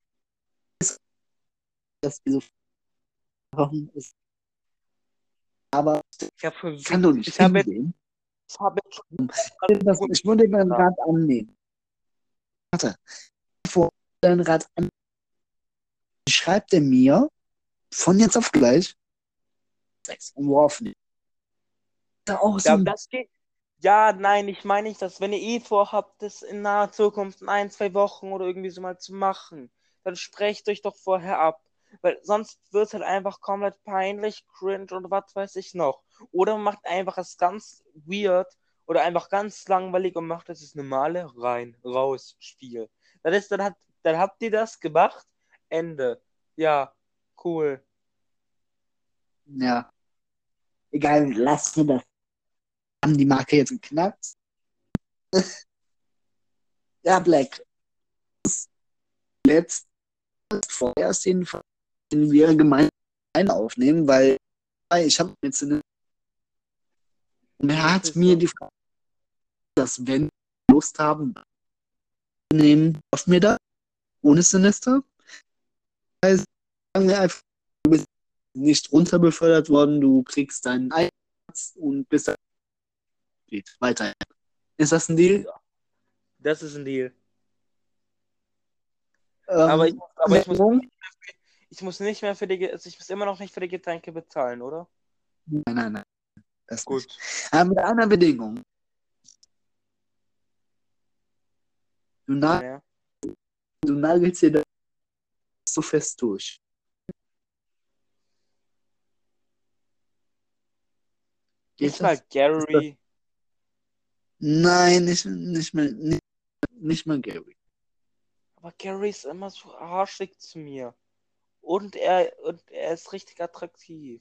Dass wir so machen ist. Aber Ich habe schon ich kann doch nicht ich habe jetzt, hingehen. ich habe jetzt schon Das, ich würde deinen Rat annehmen. Warte. Bevor du deinen Rat annehmen, schreibt er mir von jetzt auf gleich Sex und worauf nicht. Da auch so Ja, ein das geht. Ja, nein, ich meine nicht, dass wenn ihr eh vorhabt, das in naher Zukunft in ein, zwei Wochen oder irgendwie so mal zu machen, dann sprecht euch doch vorher ab. Weil sonst wird es halt einfach komplett peinlich, cringe und was weiß ich noch. Oder man macht einfach es ganz weird oder einfach ganz langweilig und macht das normale Rein-Raus-Spiel. Dann, ist, dann, hat, dann habt ihr das gemacht, Ende. Ja, cool. Ja. Egal, lass mir das. Haben die Marke jetzt geknackt? Ja, Black. Letzt vorerst jedenfalls den wir gemeinsam aufnehmen, weil ich habe jetzt eine. Und er hat mir die Frage, dass wenn wir Lust haben, nehmen auf mir da ohne Sinister. Also sagen wir einfach, du bist nicht runterbefördert worden, du kriegst deinen Einsatz und bist dann weiter. Ist das ein Deal? Das ist ein Deal. Ähm, Aber, ich, aber ich, muss, Bedingung? ich muss nicht mehr für die, also ich muss immer noch nicht für die Getränke bezahlen, oder? Nein, nein, nein. Das Gut. nicht. Aber mit einer Bedingung. Du, na Ja. du nagelst dir das so fest durch. Geht Nicht mal das? Gary. Nein, nicht, nicht mehr, nicht, nicht mal Gary. Aber Gary ist immer so arschig zu mir. Und er, und er ist richtig attraktiv.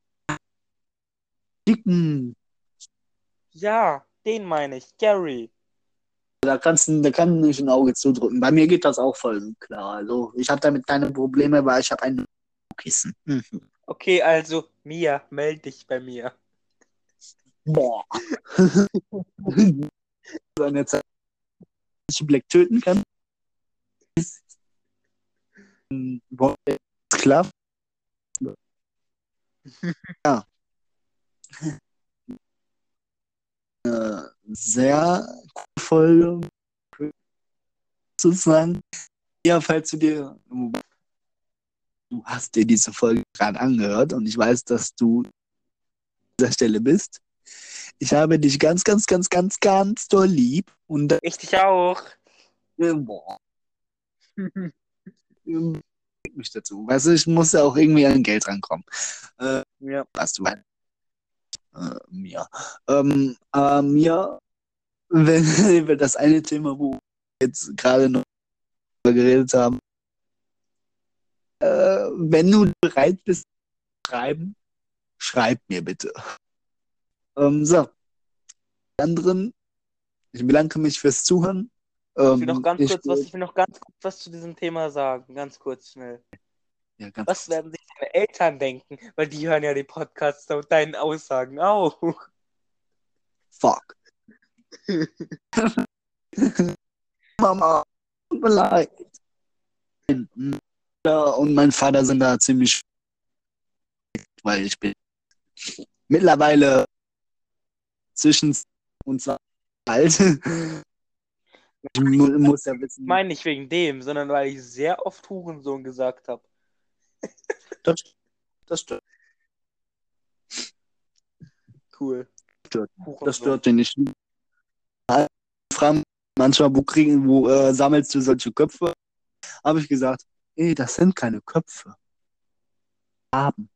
Dicken. Ja, den meine ich. Gary. Da kannst du, da kann ich ein Auge zudrücken. Bei mir geht das auch voll klar. Also ich habe damit keine Probleme, weil ich habe ein Kissen. Mhm. Okay, also Mia, meld dich bei mir. Boah. So eine Zeit, dass ich Black töten kann. Boah, ist klar. Ja. Äh, sehr voll sozusagen. Ja, falls du dir, du hast dir diese Folge gerade angehört und ich weiß, dass du an dieser Stelle bist. Ich habe dich ganz, ganz, ganz, ganz, ganz doll lieb und Ich dich auch. äh, boah, ähm, mich dazu. Weißt du, ich muss ja auch irgendwie an Geld rankommen. Äh, Ja. was du meinst. Äh, mir. Ähm, aber mir, wenn, wenn das eine Thema, wo wir jetzt gerade noch drüber geredet haben, äh, wenn du bereit bist zu schreiben, schreib mir bitte. Ähm, so, die anderen, ich bedanke mich fürs Zuhören. Ähm, Ich will noch ganz ich, kurz was, ich will noch ganz kurz was zu diesem Thema sagen. Ganz kurz, schnell. Ja, ganz Was kurz. werden sich deine Eltern denken? Weil die hören ja die Podcasts und deinen Aussagen auch. Fuck. Mama, tut mir leid. Und mein Vater sind da ziemlich, weil ich bin mittlerweile zwischen uns alt. Ich mu muss ja wissen. Ich meine nicht wegen dem, sondern weil ich sehr oft Hurensohn gesagt habe. Das, das stört. Cool. stört. Hurensohn. Das stört den nicht. Fragen manchmal, wo kriegen, wo äh, sammelst du solche Köpfe? Habe ich gesagt, ey, das sind keine Köpfe. Farben.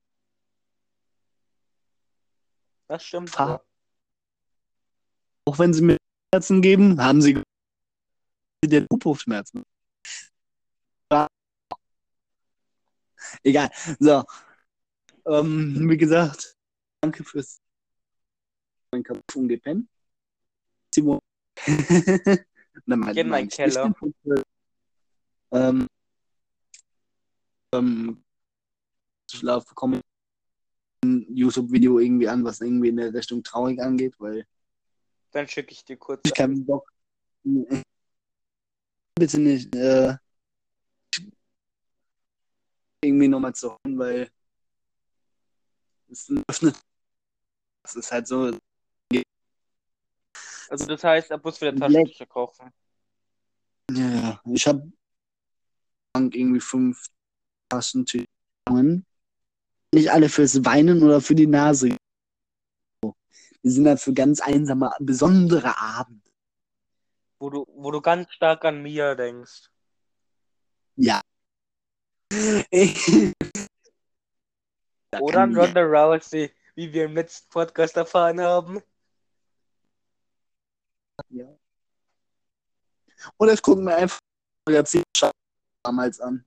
Das stimmt Farben. wohl. Auch wenn sie mir Schmerzen geben, haben sie den Schmerzen. Egal. So. Ähm, wie gesagt, danke fürs mein Kopf umgepennt. Simon. Dann Geh in meine meinen ich nicht Keller. den Fußball. Ähm, ähm, Schlaf bekomme ein YouTube-Video irgendwie an, was irgendwie in der Richtung traurig angeht, weil Dann schicke ich dir kurz ich an. keinen Bock. Bitte nicht äh, irgendwie nochmal zu hören, weil es öffnet. Das ist halt so. Also das heißt, er muss wieder Black. Taschentücher kaufen. Ja, ja. Ich habe irgendwie fünf Taschentücher. Nicht alle fürs Weinen oder für die Nase. Die sind halt für ganz einsame, besondere Abende. Wo du, wo du ganz stark an Mia denkst. Ja. Da Oder kann an ich ja. Ronda Rousey, wie wir im letzten Podcast erfahren haben. Ja. Oder ich gucke mir einfach Magazin damals an.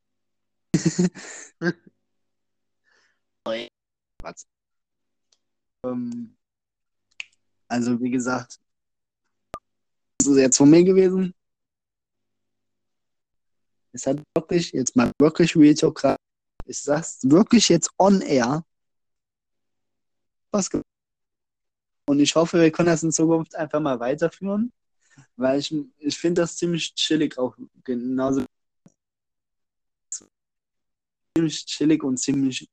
Was? Ähm, also wie gesagt, das ist jetzt von mir gewesen. Es hat wirklich, jetzt mal wirklich Real Talk, gerade- ich sag's wirklich jetzt on air, was ge- und ich hoffe, wir können das in Zukunft einfach mal weiterführen, weil ich, ich finde das ziemlich chillig auch, genauso ziemlich chillig und ziemlich,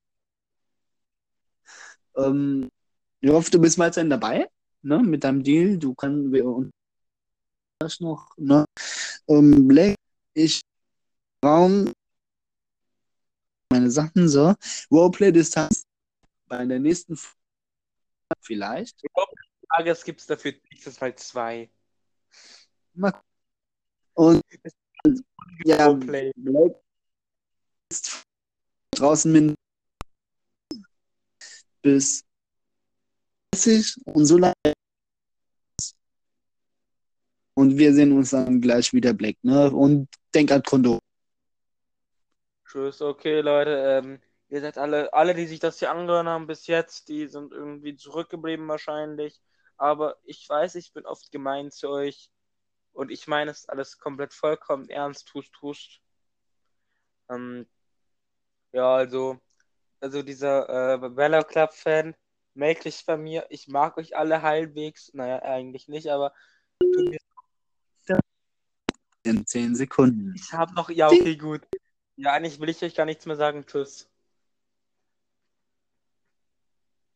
ähm, ich hoffe, du bist weiterhin dabei, ne, mit deinem Deal, du kannst, wir uns das noch, ne, ähm, Black, ich, Raum, meine Sachen, so, Roleplay-Distanz bei der nächsten Folge vielleicht, Ich glaube, Tages gibt es dafür nächstes Mal zwei. mal gucken. Und ja, Roleplay. Black ist draußen mindestens bis dreißig und so lange. Und wir sehen uns dann gleich wieder, Black, ne? Und denk an Kondom. Tschüss, okay, Leute. Ähm, ihr seid alle, alle, die sich das hier angehört haben bis jetzt, die sind irgendwie zurückgeblieben wahrscheinlich. Aber ich weiß, ich bin oft gemein zu euch. Und ich meine es alles komplett vollkommen ernst, tust, tust. Ähm, ja, also, also dieser äh, Bella Club-Fan, meld dich bei mir. Ich mag euch alle halbwegs. Naja, eigentlich nicht, aber tut mir, In zehn Sekunden. ich habe noch, ja, okay, gut. Ja, eigentlich will ich euch gar nichts mehr sagen. Tschüss.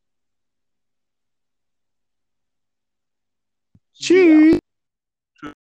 Yeah. Tschüss.